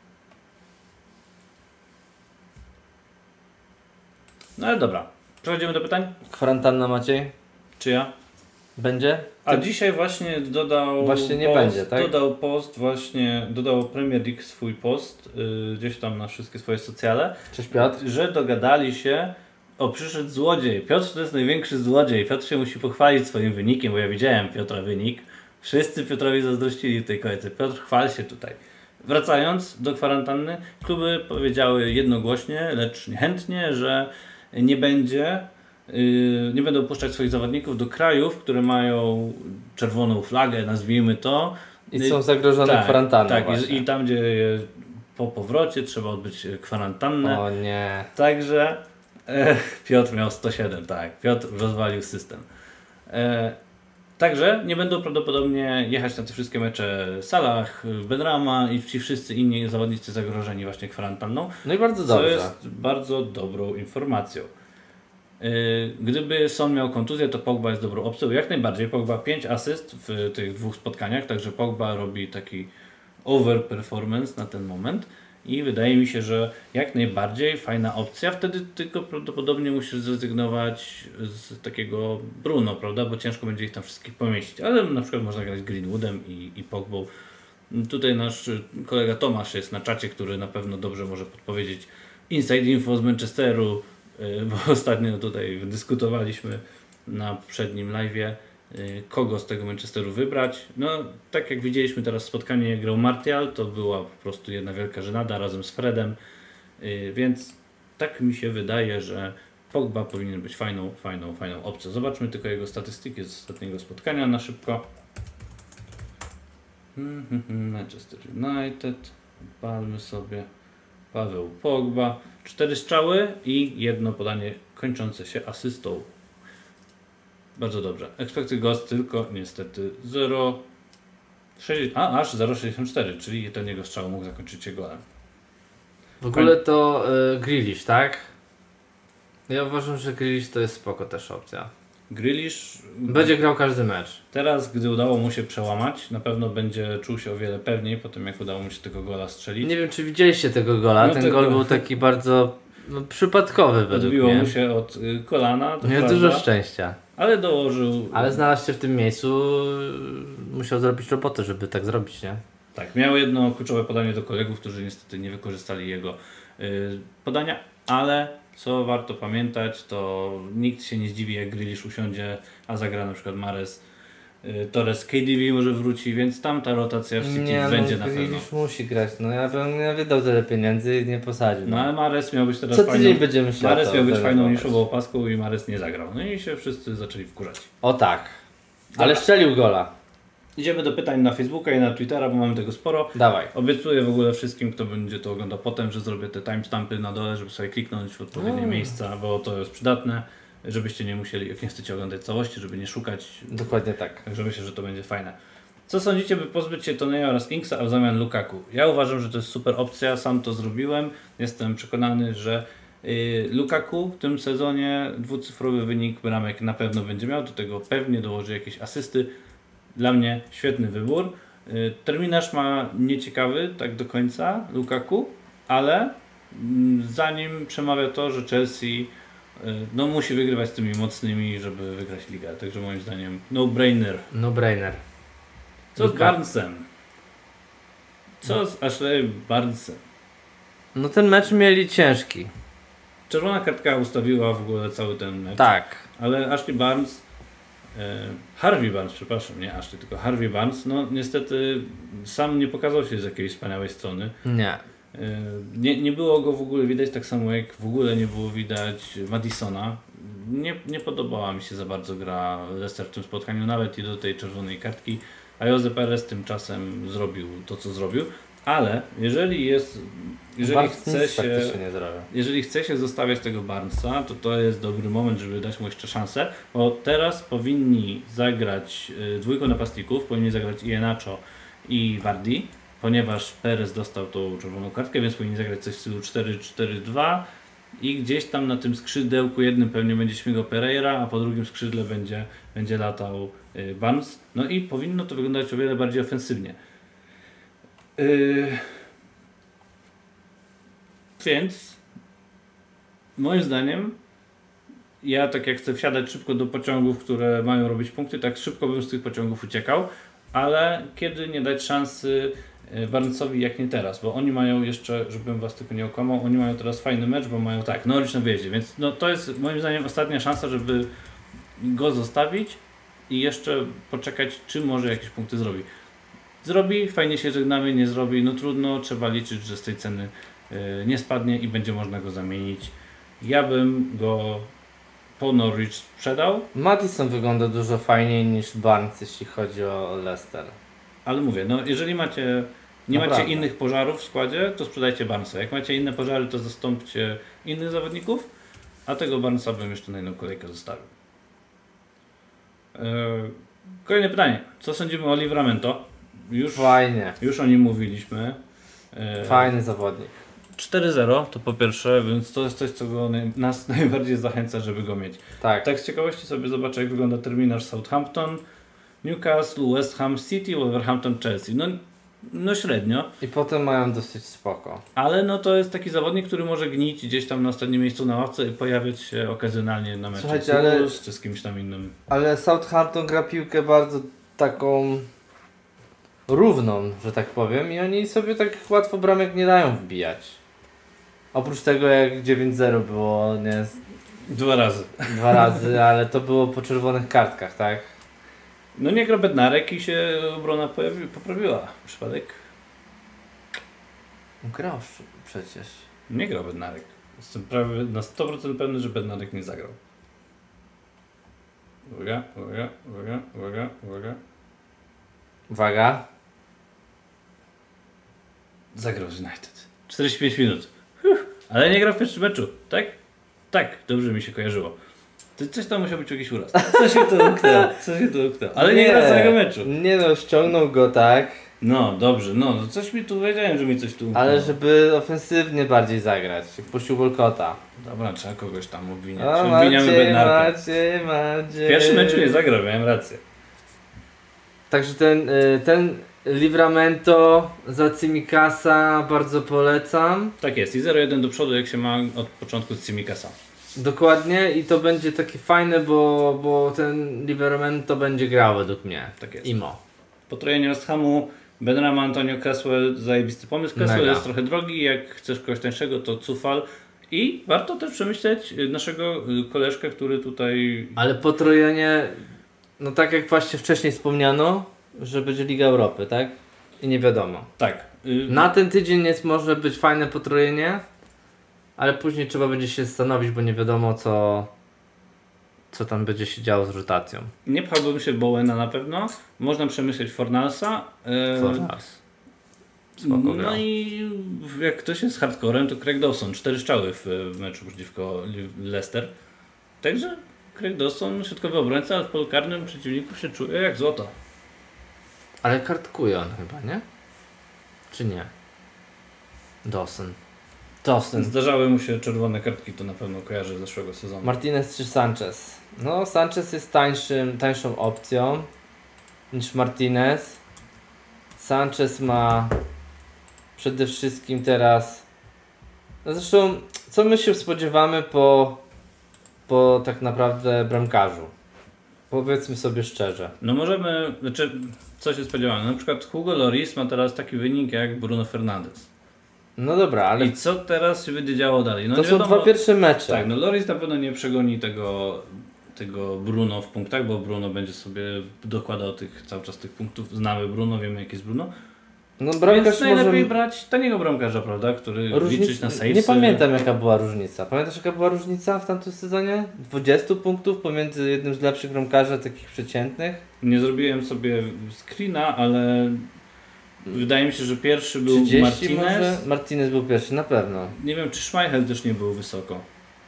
No ale dobra, przechodzimy do pytań. Kwarantanna Maciej? Czy ja? Będzie? A dzisiaj właśnie dodał Właśnie nie post, będzie, tak? Dodał Premier League swój post, gdzieś tam na wszystkie swoje socjale. Cześć Piotr. Że dogadali się, przyszedł złodziej. Piotr to jest największy złodziej. Piotr się musi pochwalić swoim wynikiem, bo ja widziałem Piotra wynik. Wszyscy Piotrowi zazdrościli w tej kolejce. Piotr, chwal się tutaj. Wracając do kwarantanny, kluby powiedziały jednogłośnie, lecz niechętnie, że nie będą puszczać swoich zawodników do krajów, które mają czerwoną flagę, nazwijmy to. I są zagrożone kwarantanną. Tak, i tam, gdzie po powrocie trzeba odbyć kwarantannę. O nie. Także Piotr miał 107, tak. Piotr rozwalił system. Także nie będą prawdopodobnie jechać na te wszystkie mecze Salah, Benrahma i ci wszyscy inni zawodnicy zagrożeni właśnie kwarantanną. No i bardzo Co dobrze. jest bardzo dobrą informacją. Gdyby Son miał kontuzję, to Pogba jest dobrą opcją. Jak najbardziej. Pogba 5 asyst w tych 2 spotkaniach, także Pogba robi taki overperformance na ten moment i wydaje mi się, że jak najbardziej fajna opcja. Wtedy tylko prawdopodobnie musisz zrezygnować z takiego Bruno, prawda? Bo ciężko będzie ich tam wszystkich pomieścić. Ale na przykład można grać Greenwoodem i Pogbą. Tutaj nasz kolega Tomasz jest na czacie, który na pewno dobrze może podpowiedzieć inside info z Manchesteru, bo ostatnio tutaj dyskutowaliśmy na przednim live'ie, kogo z tego Manchesteru wybrać. No, tak jak widzieliśmy teraz spotkanie, jak grał Martial, to była po prostu jedna wielka żenada razem z Fredem, więc tak mi się wydaje, że Pogba powinien być fajną opcją. Zobaczmy tylko jego statystyki z ostatniego spotkania na szybko. Manchester United, palmy sobie Paweł Pogba, 4 strzały i 1 podanie kończące się asystą. Bardzo dobrze. Expected goals tylko niestety 0,64, czyli ten jego strzał mógł zakończyć się golem. W ogóle to Grealish, tak? Ja uważam, że Grealish to jest spoko też opcja. Grealish będzie grał każdy mecz. Teraz, gdy udało mu się przełamać, na pewno będzie czuł się o wiele pewniej po tym, jak udało mu się tego gola strzelić. Nie wiem, czy widzieliście tego gola. Ten gol był taki bardzo przypadkowy według mnie. Odbiło mu się od kolana. Miał dużo szczęścia. Ale dołożył... Ale znalazł się w tym miejscu, musiał zrobić robotę, żeby tak zrobić, nie? Tak, miał jedno kluczowe podanie do kolegów, którzy niestety nie wykorzystali jego podania, ale co warto pamiętać, to nikt się nie zdziwi, jak Grealish usiądzie, a zagra na przykład Mahrez, Torres, KDB może wróci, więc tam ta rotacja w City będzie na pewno. Grealish musi grać, no ja bym nie wydał tyle pieniędzy i nie posadził. No ale Mahrez miał być teraz co tydzień będziemy się Mahrez miał być fajną niszową opaską i Mahrez nie zagrał. No i się wszyscy zaczęli wkurzać. O tak, ale strzelił gola. Idziemy do pytań na Facebooka i na Twittera, bo mamy tego sporo. Dawaj. Obiecuję w ogóle wszystkim, kto będzie to oglądał potem, że zrobię te timestampy na dole, żeby sobie kliknąć w odpowiednie miejsca, bo to jest przydatne, żebyście nie musieli, jak nie chcecie oglądać całości, żeby nie szukać. Dokładnie tak. Także myślę, że to będzie fajne. Co sądzicie, by pozbyć się Toneja oraz Inksa, a w zamian Lukaku? Ja uważam, że to jest super opcja, sam to zrobiłem. Jestem przekonany, że Lukaku w tym sezonie dwucyfrowy wynik bramek na pewno będzie miał, do tego pewnie dołoży jakieś asysty. Dla mnie świetny wybór. Terminarz ma nieciekawy tak do końca Lukaku, ale za nim przemawia to, że Chelsea musi wygrywać z tymi mocnymi, żeby wygrać ligę. Także moim zdaniem no-brainer. No-brainer. Co z Barnesem? Co z Ashley Barnesem? No ten mecz mieli ciężki. Czerwona kartka ustawiła w ogóle cały ten mecz. Tak. Ale Ashley Barnes, Harvey Barnes, przepraszam, nie Ashley, tylko Harvey Barnes, no niestety sam nie pokazał się z jakiejś wspaniałej strony. Nie. Nie było go w ogóle widać, tak samo jak w ogóle nie było widać Madisona. Nie podobała mi się za bardzo gra Leicester w tym spotkaniu, nawet i do tej czerwonej kartki, a Jose Perez tymczasem zrobił to, co zrobił. Ale jeżeli chce się zostawiać tego Barnesa, to jest dobry moment, żeby dać mu jeszcze szansę, bo teraz powinni zagrać dwójką napastników, powinni zagrać Iheanacho i Vardy, ponieważ Perez dostał tą czerwoną kartkę, więc powinni zagrać coś w stylu 4-4-2 i gdzieś tam na tym skrzydełku jednym pewnie będzie śmigał Pereira, a po drugim skrzydle będzie latał Barnes. No i powinno to wyglądać o wiele bardziej ofensywnie. Więc moim zdaniem ja tak jak chcę wsiadać szybko do pociągów, które mają robić punkty, tak szybko bym z tych pociągów uciekał, ale kiedy nie dać szansy Barnesowi jak nie teraz, bo oni mają jeszcze, żebym was tylko nie okłamał, oni mają teraz fajny mecz, bo mają tak, Norwich na wyjeździe, więc no, to jest moim zdaniem ostatnia szansa, żeby go zostawić i jeszcze poczekać, czy może jakieś punkty zrobi. Zrobi, fajnie się żegnamy, nie zrobi, no trudno, trzeba liczyć, że z tej ceny nie spadnie i będzie można go zamienić. Ja bym go po Norwich sprzedał. Maddison wygląda dużo fajniej niż Barnes, jeśli chodzi o Leicester. Ale mówię, no jeżeli nie Naprawdę. macie innych pożarów w składzie, to sprzedajcie Barnesa. Jak macie inne pożary, to zastąpcie innych zawodników, a tego Barnesa bym jeszcze na inną kolejkę zostawił. Kolejne pytanie. Co sądzimy o Livramento? Fajnie. Już o nim mówiliśmy. Fajny zawodnik. 4-0 to po pierwsze, więc to jest coś, co nas najbardziej zachęca, żeby go mieć. Tak. Tak z ciekawości sobie zobaczę, jak wygląda terminarz Southampton, Newcastle, West Ham City, Wolverhampton, Chelsea. No średnio. I potem mają dosyć spoko. Ale no to jest taki zawodnik, który może gnić gdzieś tam na ostatnim miejscu na ławce i pojawiać się okazjonalnie na meczu Słuchajcie, ale- czy z kimś tam innym. Ale Southampton gra piłkę bardzo taką równą, że tak powiem, i oni sobie tak łatwo bramek nie dają wbijać. Oprócz tego jak 9-0 było, nie, 2 razy. 2 razy, ale to było po czerwonych kartkach, tak? No nie gra Bednarek i się obrona poprawiła. Przypadek? Grał przecież. Nie grał Bednarek. Jestem prawie na 100% pewny, że Bednarek nie zagrał. Uwaga, uwaga, uwaga, uwaga, uwaga. Uwaga. Zagrał z United. 45 minut. Ale nie grał w pierwszym meczu, tak? Tak, dobrze mi się kojarzyło. To coś tam musiał być jakiś uraz. Co się to uknęło? Ale nie grał całego meczu. Nie no, ściągnął go tak, No, dobrze, no coś mi tu wiedziałem, że mi coś tu ale uknęło. żeby ofensywnie bardziej zagrać. Wpuścił Walcota. Dobra, trzeba kogoś tam obwiniać. O, Obwiniamy Bednarka. Macie. W pierwszym meczu nie zagrał, miałem rację. Także ten Livramento za Cimikasa bardzo polecam. Tak jest i 0-1 do przodu, jak się ma od początku z Cimikasa. Dokładnie i to będzie takie fajne, bo ten Livramento będzie grał według mnie. Tak jest. Imo. Potrojenie West Hamu, Benrahma, Antonio Cresswell, zajebisty pomysł. Cresswell Mega. jest trochę drogi, jak chcesz kogoś tańszego, to Cufal. I warto też przemyśleć naszego koleżkę, który tutaj... Ale potrojenie, no tak jak właśnie wcześniej wspomniano, że będzie Liga Europy, tak? I nie wiadomo. Tak. Na ten tydzień może być fajne potrojenie, ale później trzeba będzie się zastanowić, bo nie wiadomo co tam będzie się działo z rotacją. Nie pchałbym się Bowena na pewno. Można przemyśleć Fornalsa. Fornals. Spoko No grał. i jak ktoś jest hardcorem, to Craig Dawson. 4 strzały w meczu przeciwko Leicester. Także Craig Dawson, środkowy obrońca, ale w polu karnym przeciwniku się czuje jak złoto. Ale kartkuje on chyba, nie? Czy nie? Dawson. Zdarzały mu się czerwone kartki, to na pewno kojarzę z zeszłego sezonu. Martinez czy Sanchez? No, Sanchez jest tańszą opcją niż Martinez. Sanchez ma przede wszystkim teraz... No zresztą, co my się spodziewamy po tak naprawdę bramkarzu? Powiedzmy sobie szczerze. No możemy, co się spodziewamy? Na przykład Hugo Lloris ma teraz taki wynik jak Bruno Fernandes. No dobra, ale I co teraz się będzie działo dalej? No to nie są wiadomo, dwa pierwsze mecze. Tak, no Lloris na pewno nie przegoni tego Bruno w punktach, bo Bruno będzie sobie dokładał cały czas tych punktów. Znamy Bruno, wiemy jaki jest Bruno. No Więc bramkarz najlepiej może... brać taniego bramkarza, prawda? Który liczyć na savesy. Nie pamiętam jaka była różnica. Pamiętasz jaka była różnica w tamtym sezonie? 20 punktów pomiędzy jednym z lepszych bramkarzy, takich przeciętnych. Nie zrobiłem sobie screena, ale wydaje mi się, że pierwszy był 30 Martinez. może? Martinez był pierwszy, na pewno. Nie wiem, czy Schmeichel też nie był wysoko.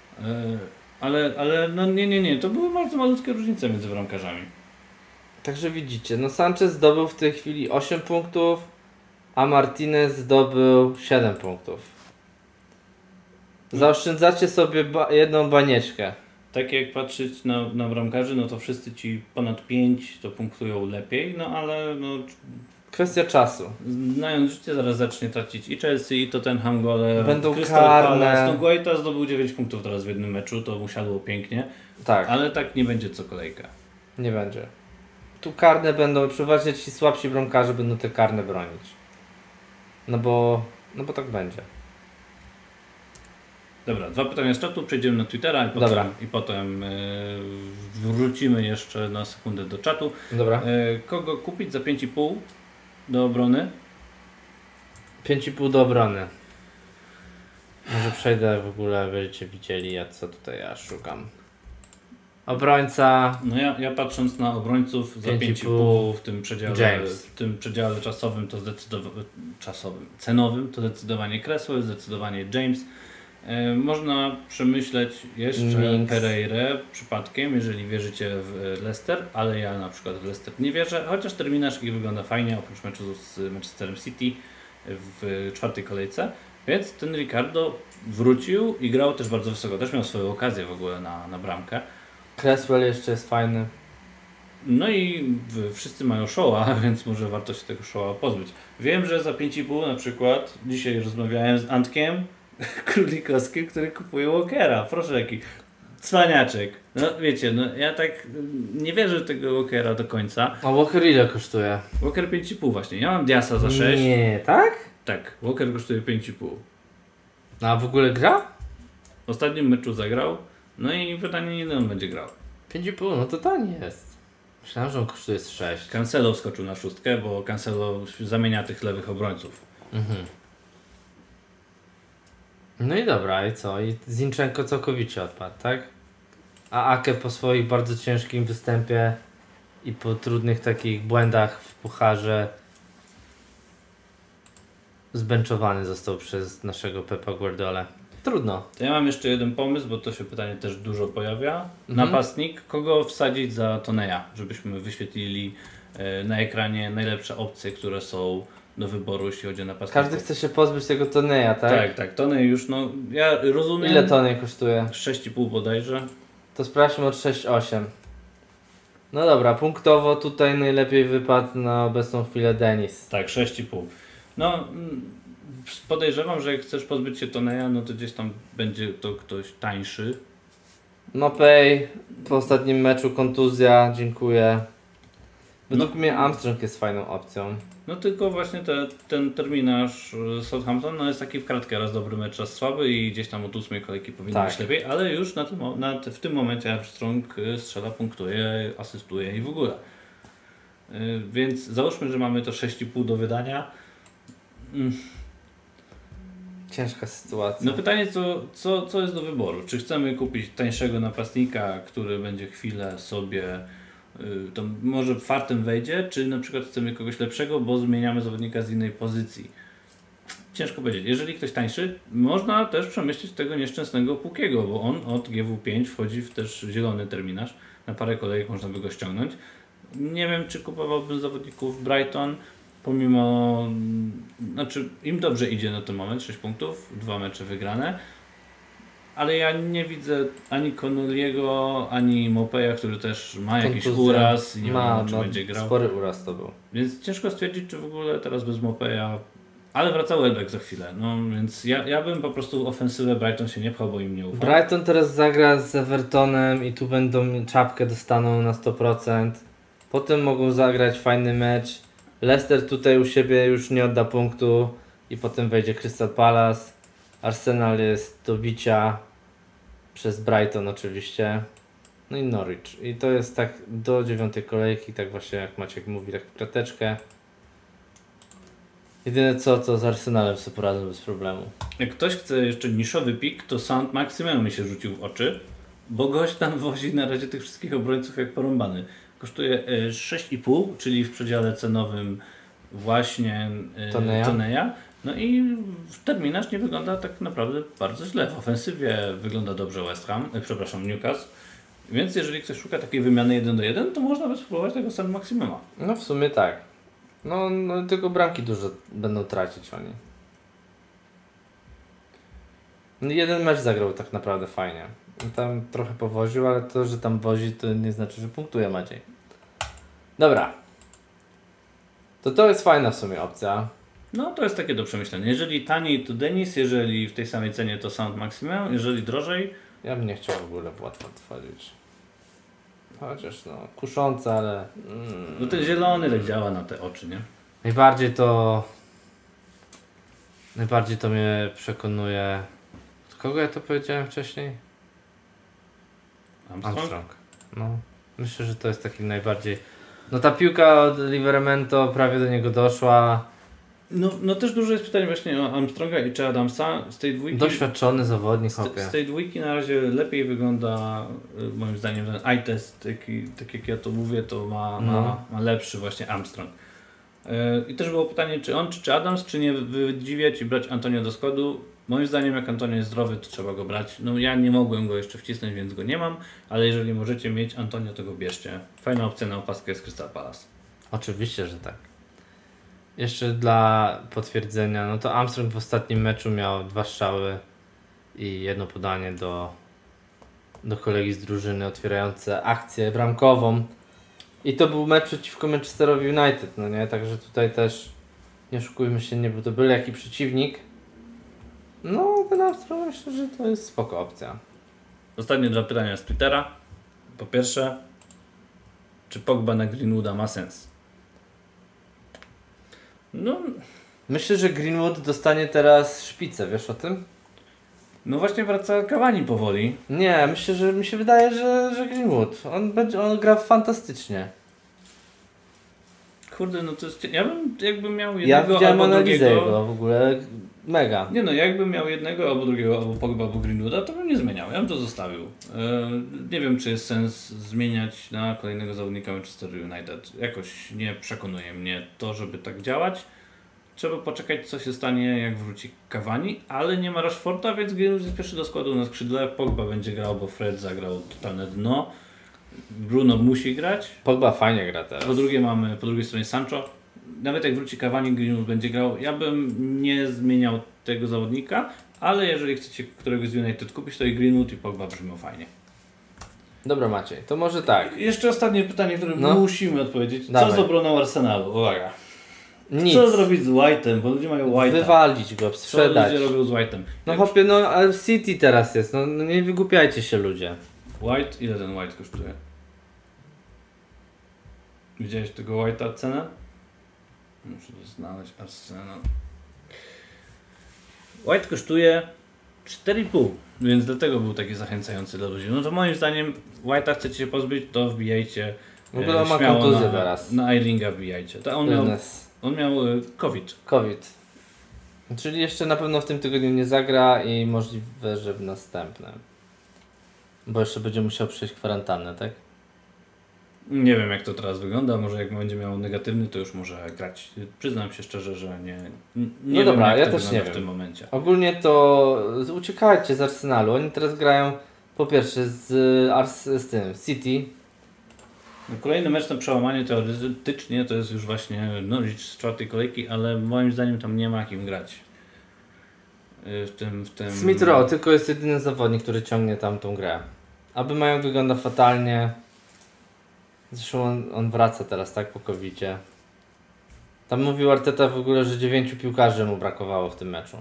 Ale no nie. To były bardzo malutkie różnice między bramkarzami. Także widzicie, no Sanchez zdobył w tej chwili 8 punktów, a Martinez zdobył 7 punktów. Zaoszczędzacie sobie jedną banieczkę. tak jak patrzeć na bramkarzy, no to wszyscy ci ponad 5 to punktują lepiej, no ale no, Kwestia czasu. znając życie zaraz zacznie tracić i Chelsea, i Tottenham gole. Będą Crystal karne. Palace. No Guaita zdobył 9 punktów teraz w jednym meczu, to mu siadło pięknie, Tak, ale tak nie będzie co kolejka. nie będzie. Tu karne będą, przeważnie ci słabsi bramkarze będą te karne bronić. No bo tak będzie. Dobra, 2 pytania z czatu, przejdziemy na Twittera Dobra. i potem wrócimy jeszcze na sekundę do czatu. Dobra. Kogo kupić za 5,5 do obrony? 5,5 do obrony. Może przejdę w ogóle, będziecie widzieli, co tutaj ja szukam. Obrońca. No ja patrząc na obrońców za 5,5 5,5 James. w tym przedziale czasowym to cenowym to zdecydowanie Cresswell, zdecydowanie James. Można przemyśleć jeszcze Minks. Pereirę przypadkiem, jeżeli wierzycie w Leicester, ale ja na przykład w Leicester nie wierzę, chociaż terminarz ich wygląda fajnie, oprócz meczu z Manchesterem City w 4. kolejce, więc ten Ricardo wrócił i grał też bardzo wysoko, też miał swoją okazję w ogóle na bramkę. Cresswell jeszcze jest fajny. No i wszyscy mają Shaw'a, więc może warto się tego Shaw'a pozbyć. Wiem, że za 5,5 na przykład, dzisiaj rozmawiałem z Antkiem Królikowskim, który kupuje Walkera. Proszę, jaki cwaniaczek. No wiecie, no ja tak nie wierzę w tego Walkera do końca. A Walker ile kosztuje? Walker 5,5 właśnie. Ja mam Diasa za 6. Nie, tak? Tak, Walker kosztuje 5,5. A w ogóle gra? W ostatnim meczu zagrał, no i pytanie, ile on będzie grał. 5,5, no to tanie jest. Myślałem, że on kosztuje z 6. Cancelo wskoczył na 6, bo Cancelo zamienia tych lewych obrońców. Mhm. No i dobra, i co? I Zinchenko całkowicie odpadł, tak? A Ake po swoich bardzo ciężkim występie i po trudnych takich błędach w pucharze zbenczowany został przez naszego Pepa Guardiolę. Trudno. To ja mam jeszcze jeden pomysł, bo to się pytanie też dużo pojawia. Mhm. Napastnik, kogo wsadzić za Toneja, żebyśmy wyświetlili na ekranie najlepsze opcje, które są do wyboru, jeśli chodzi o napastników. Każdy chce się pozbyć tego Toneja, tak? Tak, tak. Tonej już, no ja rozumiem. Ile Tonej kosztuje? 6,5 bodajże. To sprawdźmy od 6,8. No dobra, punktowo tutaj najlepiej wypadł na obecną chwilę Denis. Tak, 6,5. No podejrzewam, że jak chcesz pozbyć się Toneja, no to gdzieś tam będzie to ktoś tańszy. Mopey po ostatnim meczu kontuzja, dziękuję. Według mnie Armstrong jest fajną opcją. No tylko właśnie ten terminarz Southampton no jest taki w kratkę, raz dobry mecz, raz słaby i gdzieś tam od 8 kolejki powinno Tak. być lepiej, ale już w tym momencie Armstrong strzela, punktuje, asystuje i w ogóle. Więc załóżmy, że mamy to 6,5 do wydania. Ciężka sytuacja. No pytanie, co jest do wyboru? Czy chcemy kupić tańszego napastnika, który będzie chwilę sobie to może fartem wejdzie, czy na przykład chcemy kogoś lepszego, bo zmieniamy zawodnika z innej pozycji. Ciężko powiedzieć. Jeżeli ktoś tańszy, można też przemyśleć tego nieszczęsnego Pukiego, bo on od GW5 wchodzi w też zielony terminarz. Na parę kolejek można by go ściągnąć. Nie wiem, czy kupowałbym zawodników Brighton, pomimo, znaczy im dobrze idzie na ten moment, 6 punktów, 2 mecze wygrane. Ale ja nie widzę ani Connolly'ego, ani Mopeya, który też ma jakiś uraz i nie wiadomo, czy będzie grał. Spory uraz to był. Więc ciężko stwierdzić, czy w ogóle teraz bez Mopeya. Ale wracał Welbeck za chwilę. No więc ja bym po prostu ofensywę Brighton się nie pchał, bo im nie ufam. Brighton teraz zagra z Evertonem i tu będą czapkę dostaną na 100%. Potem mogą zagrać fajny mecz. Leicester tutaj u siebie już nie odda punktu i potem wejdzie Crystal Palace. Arsenal jest do bicia przez Brighton oczywiście. No i Norwich. I to jest tak do 9 kolejki, tak właśnie jak Maciek mówi, tak w krateczkę. Jedyne co z Arsenalem sobie poradzą bez problemu. Jak ktoś chce jeszcze niszowy pik, to Saint Maximin mi się rzucił w oczy, bo gość tam wozi na razie tych wszystkich obrońców jak porąbany. Kosztuje 6,5, czyli w przedziale cenowym właśnie Toneja. No i terminarz nie wygląda tak naprawdę bardzo źle. W ofensywie wygląda dobrze Newcastle. Więc jeżeli ktoś szuka takiej wymiany 1 do 1, to można by spróbować tego Saint Maximuma. No w sumie tak. No tylko bramki dużo będą tracić oni. No, jeden mecz zagrał tak naprawdę fajnie. Tam trochę powoził, ale to, że tam wozi, to nie znaczy, że punktuje Maciej. Dobra. To jest fajna w sumie opcja. No to jest takie do przemyślenia. Jeżeli taniej to Denis, jeżeli w tej samej cenie to Sound Maximum, jeżeli drożej... Ja bym nie chciał w ogóle łatwo tworzyć. Chociaż no, kuszące, ale... No ten zielony tak działa na te oczy, nie? Najbardziej to mnie przekonuje... Kogo ja to powiedziałem wcześniej? Armstrong. No, myślę, że to jest taki najbardziej... No ta piłka od Livermento prawie do niego doszła. No też dużo jest pytań właśnie o Armstronga i czy Adamsa. Z tej dwójki... Doświadczony zawodnik. Z tej dwójki na razie lepiej wygląda moim zdaniem ten eye test, tak jak ja to mówię, to ma lepszy właśnie Armstrong. I też było pytanie, czy on, czy Adams, czy nie wydziwiać i brać Antonio do składu. Moim zdaniem jak Antonio jest zdrowy, to trzeba go brać. No ja nie mogłem go jeszcze wcisnąć, więc go nie mam, ale jeżeli możecie mieć Antonio, to go bierzcie. Fajna opcja na opaskę jest Crystal Palace. Oczywiście, że tak. Jeszcze dla potwierdzenia, no to Armstrong w ostatnim meczu miał 2 strzały i 1 podanie do kolegi z drużyny otwierające akcję bramkową. I to był mecz przeciwko Manchesterowi United, no nie? Także tutaj też nie oszukujmy się, nie był to byle jaki przeciwnik. No, ten Armstrong myślę, że to jest spoko opcja. Ostatnie 2 pytania z Twittera. Po pierwsze, czy Pogba na Greenwooda ma sens? No, Myślę, że Greenwood dostanie teraz szpicę, wiesz o tym? no właśnie wraca Cavani powoli. Nie, myślę, że mi się wydaje, że Greenwood. On gra fantastycznie. Kurde, no to jest... Ja bym jakbym miał Ja jednego widziałem albo analizę drugiego... jego w ogóle. Mega. Nie no, jakbym miał jednego albo drugiego, albo Pogba, albo Greenwooda, to bym nie zmieniał. Ja bym to zostawił. Nie wiem, czy jest sens zmieniać na kolejnego zawodnika Manchester United. Jakoś nie przekonuje mnie to, żeby tak działać. Trzeba poczekać, co się stanie, jak wróci Cavani, ale nie ma Rashforda, więc Greenwood jest pierwszy do składu na skrzydle. Pogba będzie grał, bo Fred zagrał totalne dno. Bruno musi grać. Pogba fajnie gra teraz. Po drugiej stronie Sancho. Nawet jak wróci Cavani, Greenwood będzie grał. Ja bym nie zmieniał tego zawodnika, ale jeżeli chcecie któregoś z United kupić, to i Greenwood i Pogba brzmią fajnie. Dobra Maciej, to może tak. Jeszcze ostatnie pytanie, które musimy odpowiedzieć. Dawaj. Co z obroną Arsenalu? Uwaga. Nic. Co zrobić z White'em? Bo ludzie mają White'a. Wywalić go, Co sprzedać. ludzie robią z White'em? No chłopie, no ale City teraz jest, no nie wygłupiajcie się ludzie. White? Ile ten White kosztuje? Widziałeś tego White'a cenę? Muszę to znaleźć. Arsenal. White kosztuje 4,5, więc dlatego był taki zachęcający dla ludzi. No to moim zdaniem White'a chcecie się pozbyć, to wbijajcie. W ogóle ma śmiało kontuzję teraz. Na Eilinga wbijajcie. To on miał COVID. Czyli jeszcze na pewno w tym tygodniu nie zagra i możliwe, że w następnym. Bo jeszcze będzie musiał przejść kwarantannę, tak? Nie wiem jak to teraz wygląda, może jak będzie miał negatywny, to już może grać. Przyznam się szczerze, że nie No dobra, wiem, ja jak to też wygląda nie w tym wiem. momencie. Ogólnie to uciekajcie z Arsenalu. Oni teraz grają po pierwsze z tym City. No, kolejny mecz na przełamanie teoretycznie to jest już właśnie Norwich z 4. kolejki, ale moim zdaniem tam nie ma kim grać. W tym... Smith Rowe tylko jest jedyny zawodnik, który ciągnie tam tą grę. Aby mają wygląda fatalnie. Zresztą on wraca teraz, tak, po covidzie. Tam mówił Arteta w ogóle, że 9 piłkarzy mu brakowało w tym meczu.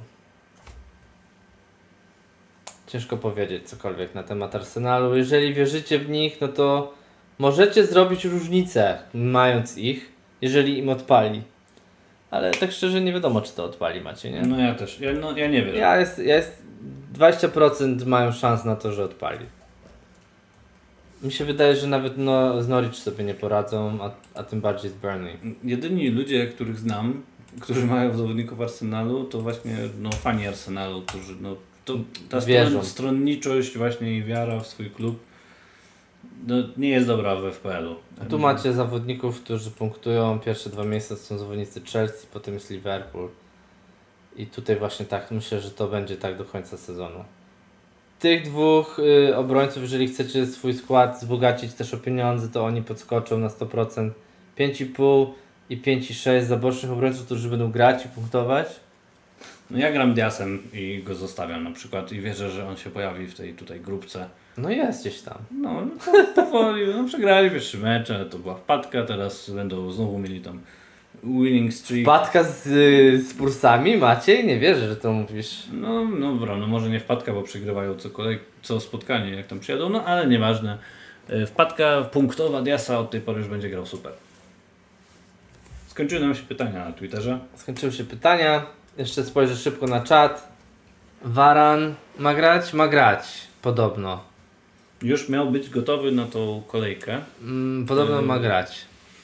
Ciężko powiedzieć cokolwiek na temat Arsenalu. Jeżeli wierzycie w nich, no to możecie zrobić różnicę, mając ich, jeżeli im odpali. Ale tak szczerze nie wiadomo, czy to odpali macie, nie? No ja też, ja nie wiem. Ja jest 20% mają szans na to, że odpali. Mi się wydaje, że nawet z Norwich sobie nie poradzą, a tym bardziej z Burnley. Jedyni ludzie, których znam, którzy mają zawodników Arsenalu, to właśnie fani Arsenalu, którzy ta stronniczość właśnie i wiara w swój klub nie jest dobra w FPL-u. A tu macie zawodników, którzy punktują. Pierwsze 2 miejsca to są zawodnicy Chelsea, potem jest Liverpool. I tutaj właśnie tak, myślę, że to będzie tak do końca sezonu. Tych 2 obrońców, jeżeli chcecie swój skład wzbogacić też o pieniądze, to oni podskoczą na 100%. 5,5 i 5,6 zabocznych obrońców, którzy będą grać i punktować. No ja gram Diasem i go zostawiam na przykład i wierzę, że on się pojawi w tej tutaj grupce. No jest gdzieś tam. No to powoli, no przegrali pierwszy mecz, ale to była wpadka, teraz będą znowu mieli tam winning streak. Wpadka z Pursami, Maciej? Nie wierzę, że to mówisz. No dobra, no może nie wpadka, bo przegrywają co spotkanie jak tam przyjadą, no ale nieważne. Wpadka punktowa Diasa od tej pory już będzie grał super. Skończyły nam się pytania na Twitterze. Skończyły się pytania. Jeszcze spojrzę szybko na czat. Varan ma grać? Ma grać. Podobno. Już miał być gotowy na tą kolejkę. Podobno ma grać.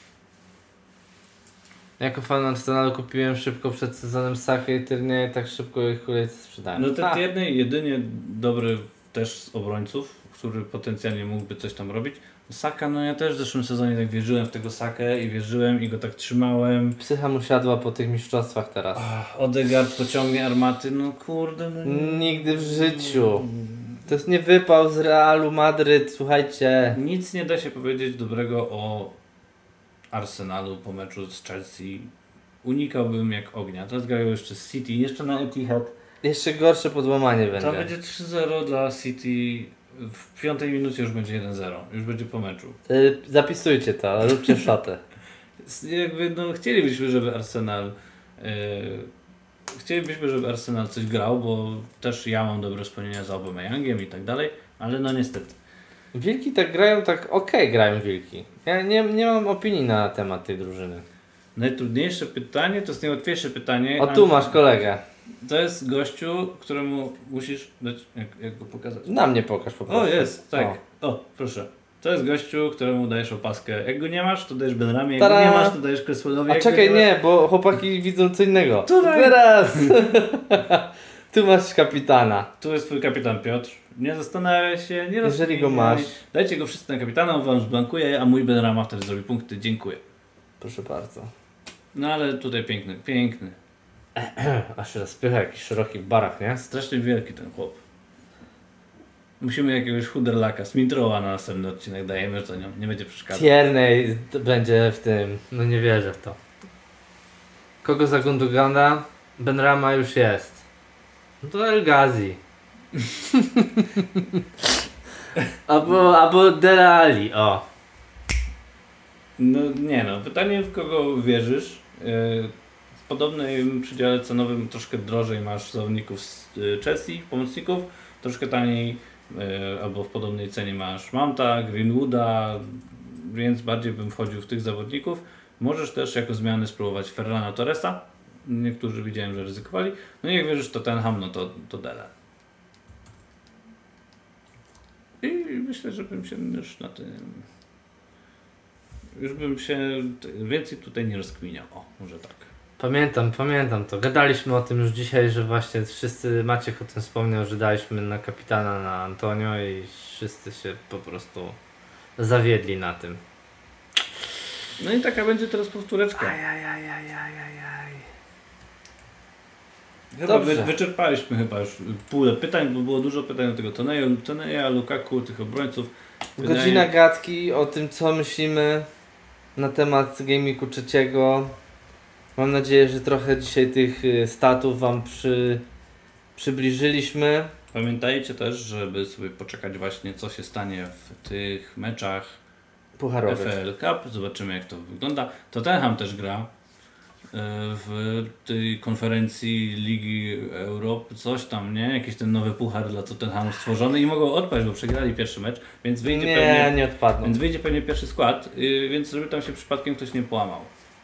Jako fan Arsenalu kupiłem szybko przed sezonem Sakę i Tyrnie, tak szybko ich kolejce sprzedałem. No ten Tierney jedynie dobry też z obrońców, który potencjalnie mógłby coś tam robić. Saka, no ja też w zeszłym sezonie tak wierzyłem w tego Sakę i wierzyłem i go tak trzymałem. Psycha mu siadła po tych mistrzostwach teraz. Odegaard pociągnie armaty, no kurde. No. Nigdy w życiu. To jest nie wypał z Realu Madryt, słuchajcie. Nic nie da się powiedzieć dobrego o Arsenalu po meczu z Chelsea. Unikałbym jak ognia. Teraz grają jeszcze z City, jeszcze na Etihad. Jeszcze gorsze podłamanie będzie. To będzie 3-0 dla City. W 5 minucie już będzie 1-0. Już będzie po meczu. Zapisujcie to, ale róbcie szatę. Jakby, no, chcielibyśmy, żeby Arsenal coś grał, bo też ja mam dobre wspomnienia z Aubameyangiem i tak dalej, ale no niestety. Wilki tak grają, tak okej grają Wilki. Ja nie mam opinii na temat tej drużyny. Najtrudniejsze pytanie to jest najłatwiejsze pytanie. O, tu masz kolegę. To jest gościu, któremu musisz dać, jak go pokazać. Na mnie pokaż po prostu. O, jest, tak. O, proszę. To jest gościu, któremu dajesz opaskę. Jak go nie masz, to dajesz Benramie. Jak go nie masz, to dajesz Cresswellowi. A czekaj, nie, bo chłopaki widzą co innego. Tutaj. Teraz! Tu masz kapitana. Tu jest twój kapitan Piotr. Nie zastanawiaj się, nie Jeżeli go masz. Dajcie go wszyscy na kapitana, on wam zblankuje, a mój Benrama wtedy zrobi punkty. Dziękuję. Proszę bardzo. No ale tutaj piękny. Aż rozpycha jakiś szeroki w barach, nie? Strasznie wielki ten chłop. Musimy jakiegoś chuderlaka, Smithrowa na następny odcinek dajemy, że to nie będzie przeszkadzać. Tierney będzie w tym. No nie wierzę w to. Kogo za Gundogana? Benrama już jest. No to El Ghazi. albo Dele Alli, o. No nie no, pytanie w kogo wierzysz. W podobnym przydziale cenowym troszkę drożej masz zawodników z Chelsea, pomocników, troszkę taniej albo w podobnej cenie masz Mounta, Greenwooda, więc bardziej bym wchodził w tych zawodników. Możesz też jako zmiany spróbować Ferrana Torresa. Niektórzy widziałem, że ryzykowali. No i jak wierzysz Tottenham, no to Dele. I myślę, że bym się już na tym... Już bym się więcej tutaj nie rozkminiał. O, może tak. Pamiętam to. Gadaliśmy o tym już dzisiaj, że właśnie wszyscy, Maciek o tym wspomniał, że daliśmy na kapitana na Antonio i wszyscy się po prostu zawiedli na tym. No i taka będzie teraz powtóreczka. Chyba wyczerpaliśmy chyba już pulę pytań, bo było dużo pytań do tego Toneja, Lukaku, tych obrońców. Godzina gadki o tym, co myślimy na temat Game Weeku 3. Mam nadzieję, że trochę dzisiaj tych statów wam przybliżyliśmy. Pamiętajcie też, żeby sobie poczekać właśnie, co się stanie w tych meczach pucharowych FL Cup. Zobaczymy, jak to wygląda. Tottenham też gra w tej konferencji Ligi Europy, coś tam, nie? Jakiś ten nowy puchar dla Tottenhamu stworzony i mogą odpaść, bo przegrali pierwszy mecz, więc wyjdzie nie odpadną. Więc wyjdzie pewnie pierwszy skład, więc żeby tam się przypadkiem ktoś nie połamał.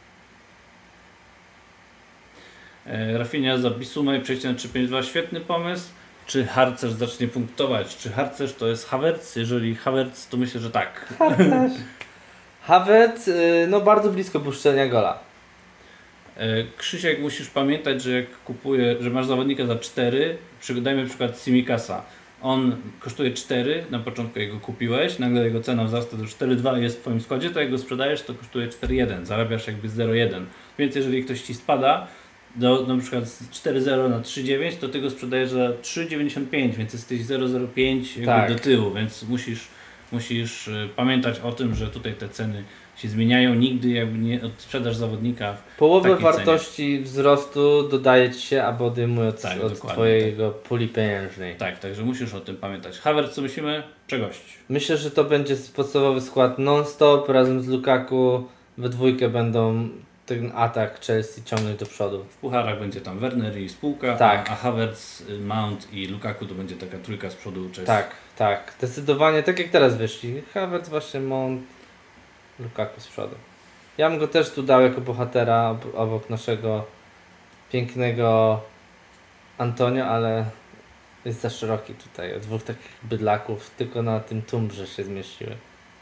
Rafinha za Bissouma i przejście na 3-5-2, świetny pomysł. Czy Harcerz zacznie punktować? Czy Harcerz to jest Havertz? Jeżeli Havertz, to myślę, że tak. Havertz, no bardzo blisko puszczenia gola. Krzysiek, musisz pamiętać, że jak że masz zawodnika za 4, dajmy przykład Simikasa. On kosztuje 4, na początku jego kupiłeś, nagle jego cena wzrasta do 4,2 jest w twoim składzie, to jak go sprzedajesz, to kosztuje 4,1, zarabiasz jakby z 0,1. Więc jeżeli ktoś ci spada na przykład z 4,0 na 3,9, to ty go sprzedajesz za 3,95, więc jesteś 0,05 do tyłu, więc musisz pamiętać o tym, że tutaj te ceny się zmieniają, nigdy jakby nie odsprzedasz zawodnika w Połowę takiej wartości wzrostu dodaje Ci się, albo odejmuje od, Tak, od dokładnie, Twojego puli pieniężnej. Tak, także musisz o tym pamiętać. Havertz, co myślimy? Czegoś. Myślę, że to będzie podstawowy skład non-stop, razem z Lukaku we dwójkę będą ten atak Chelsea ciągnąć do przodu. W pucharach będzie tam Werner i spółka, Tak. a Havertz, Mount i Lukaku to będzie taka trójka z przodu Chelsea. Tak, tak. Zdecydowanie, tak jak teraz wyszli. Havertz, właśnie Mount, Lukaku z przodu. Ja bym go też tu dał jako bohatera obok naszego pięknego Antonio, ale jest za szeroki tutaj. Dwóch takich bydlaków tylko na tym tumbrze się zmieściły.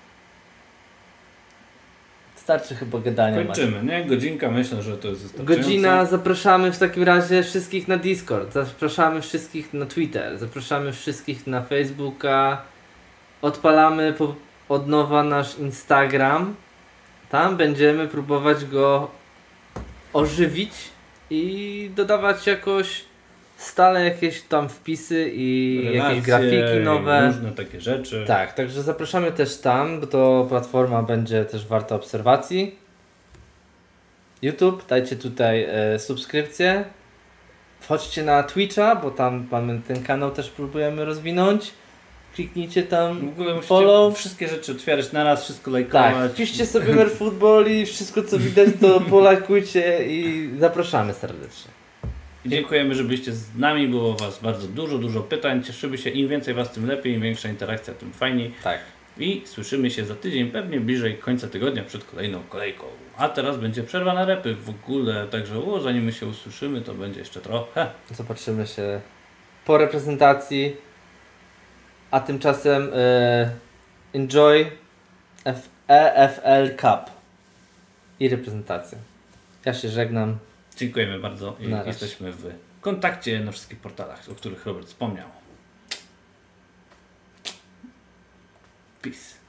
Starczy chyba gadania. Kończymy, nie? Godzinka, myślę, że to jest wystarczające. Godzina, zapraszamy w takim razie wszystkich na Discord, zapraszamy wszystkich na Twitter, zapraszamy wszystkich na Facebooka, odpalamy od nowa nasz Instagram, tam będziemy próbować go ożywić i dodawać jakoś stale jakieś tam wpisy i Relacje, jakieś grafiki nowe. Różne takie rzeczy. Tak, także zapraszamy też tam, bo to platforma będzie też warta obserwacji. YouTube, dajcie tutaj subskrypcję. Wchodźcie na Twitcha, bo tam mamy ten kanał też próbujemy rozwinąć. Kliknijcie tam W ogóle musicie follow. wszystkie rzeczy otwierać na raz, wszystko lajkować. Tak, wpiszcie sobie Mer Football i wszystko co widać to polajkujcie i zapraszamy serdecznie. I dziękujemy, że byliście z nami, było Was bardzo dużo pytań. Cieszymy się, im więcej Was, tym lepiej, im większa interakcja, tym fajniej. Tak. I słyszymy się za tydzień, pewnie bliżej końca tygodnia, przed kolejną kolejką. A teraz będzie przerwa na repy w ogóle, także zanim my się usłyszymy, to będzie jeszcze trochę. Zobaczymy się po reprezentacji. A tymczasem enjoy EFL Cup i reprezentację. Ja się żegnam. Dziękujemy bardzo i Na razie. jesteśmy w kontakcie na wszystkich portalach, o których Robert wspomniał. Peace.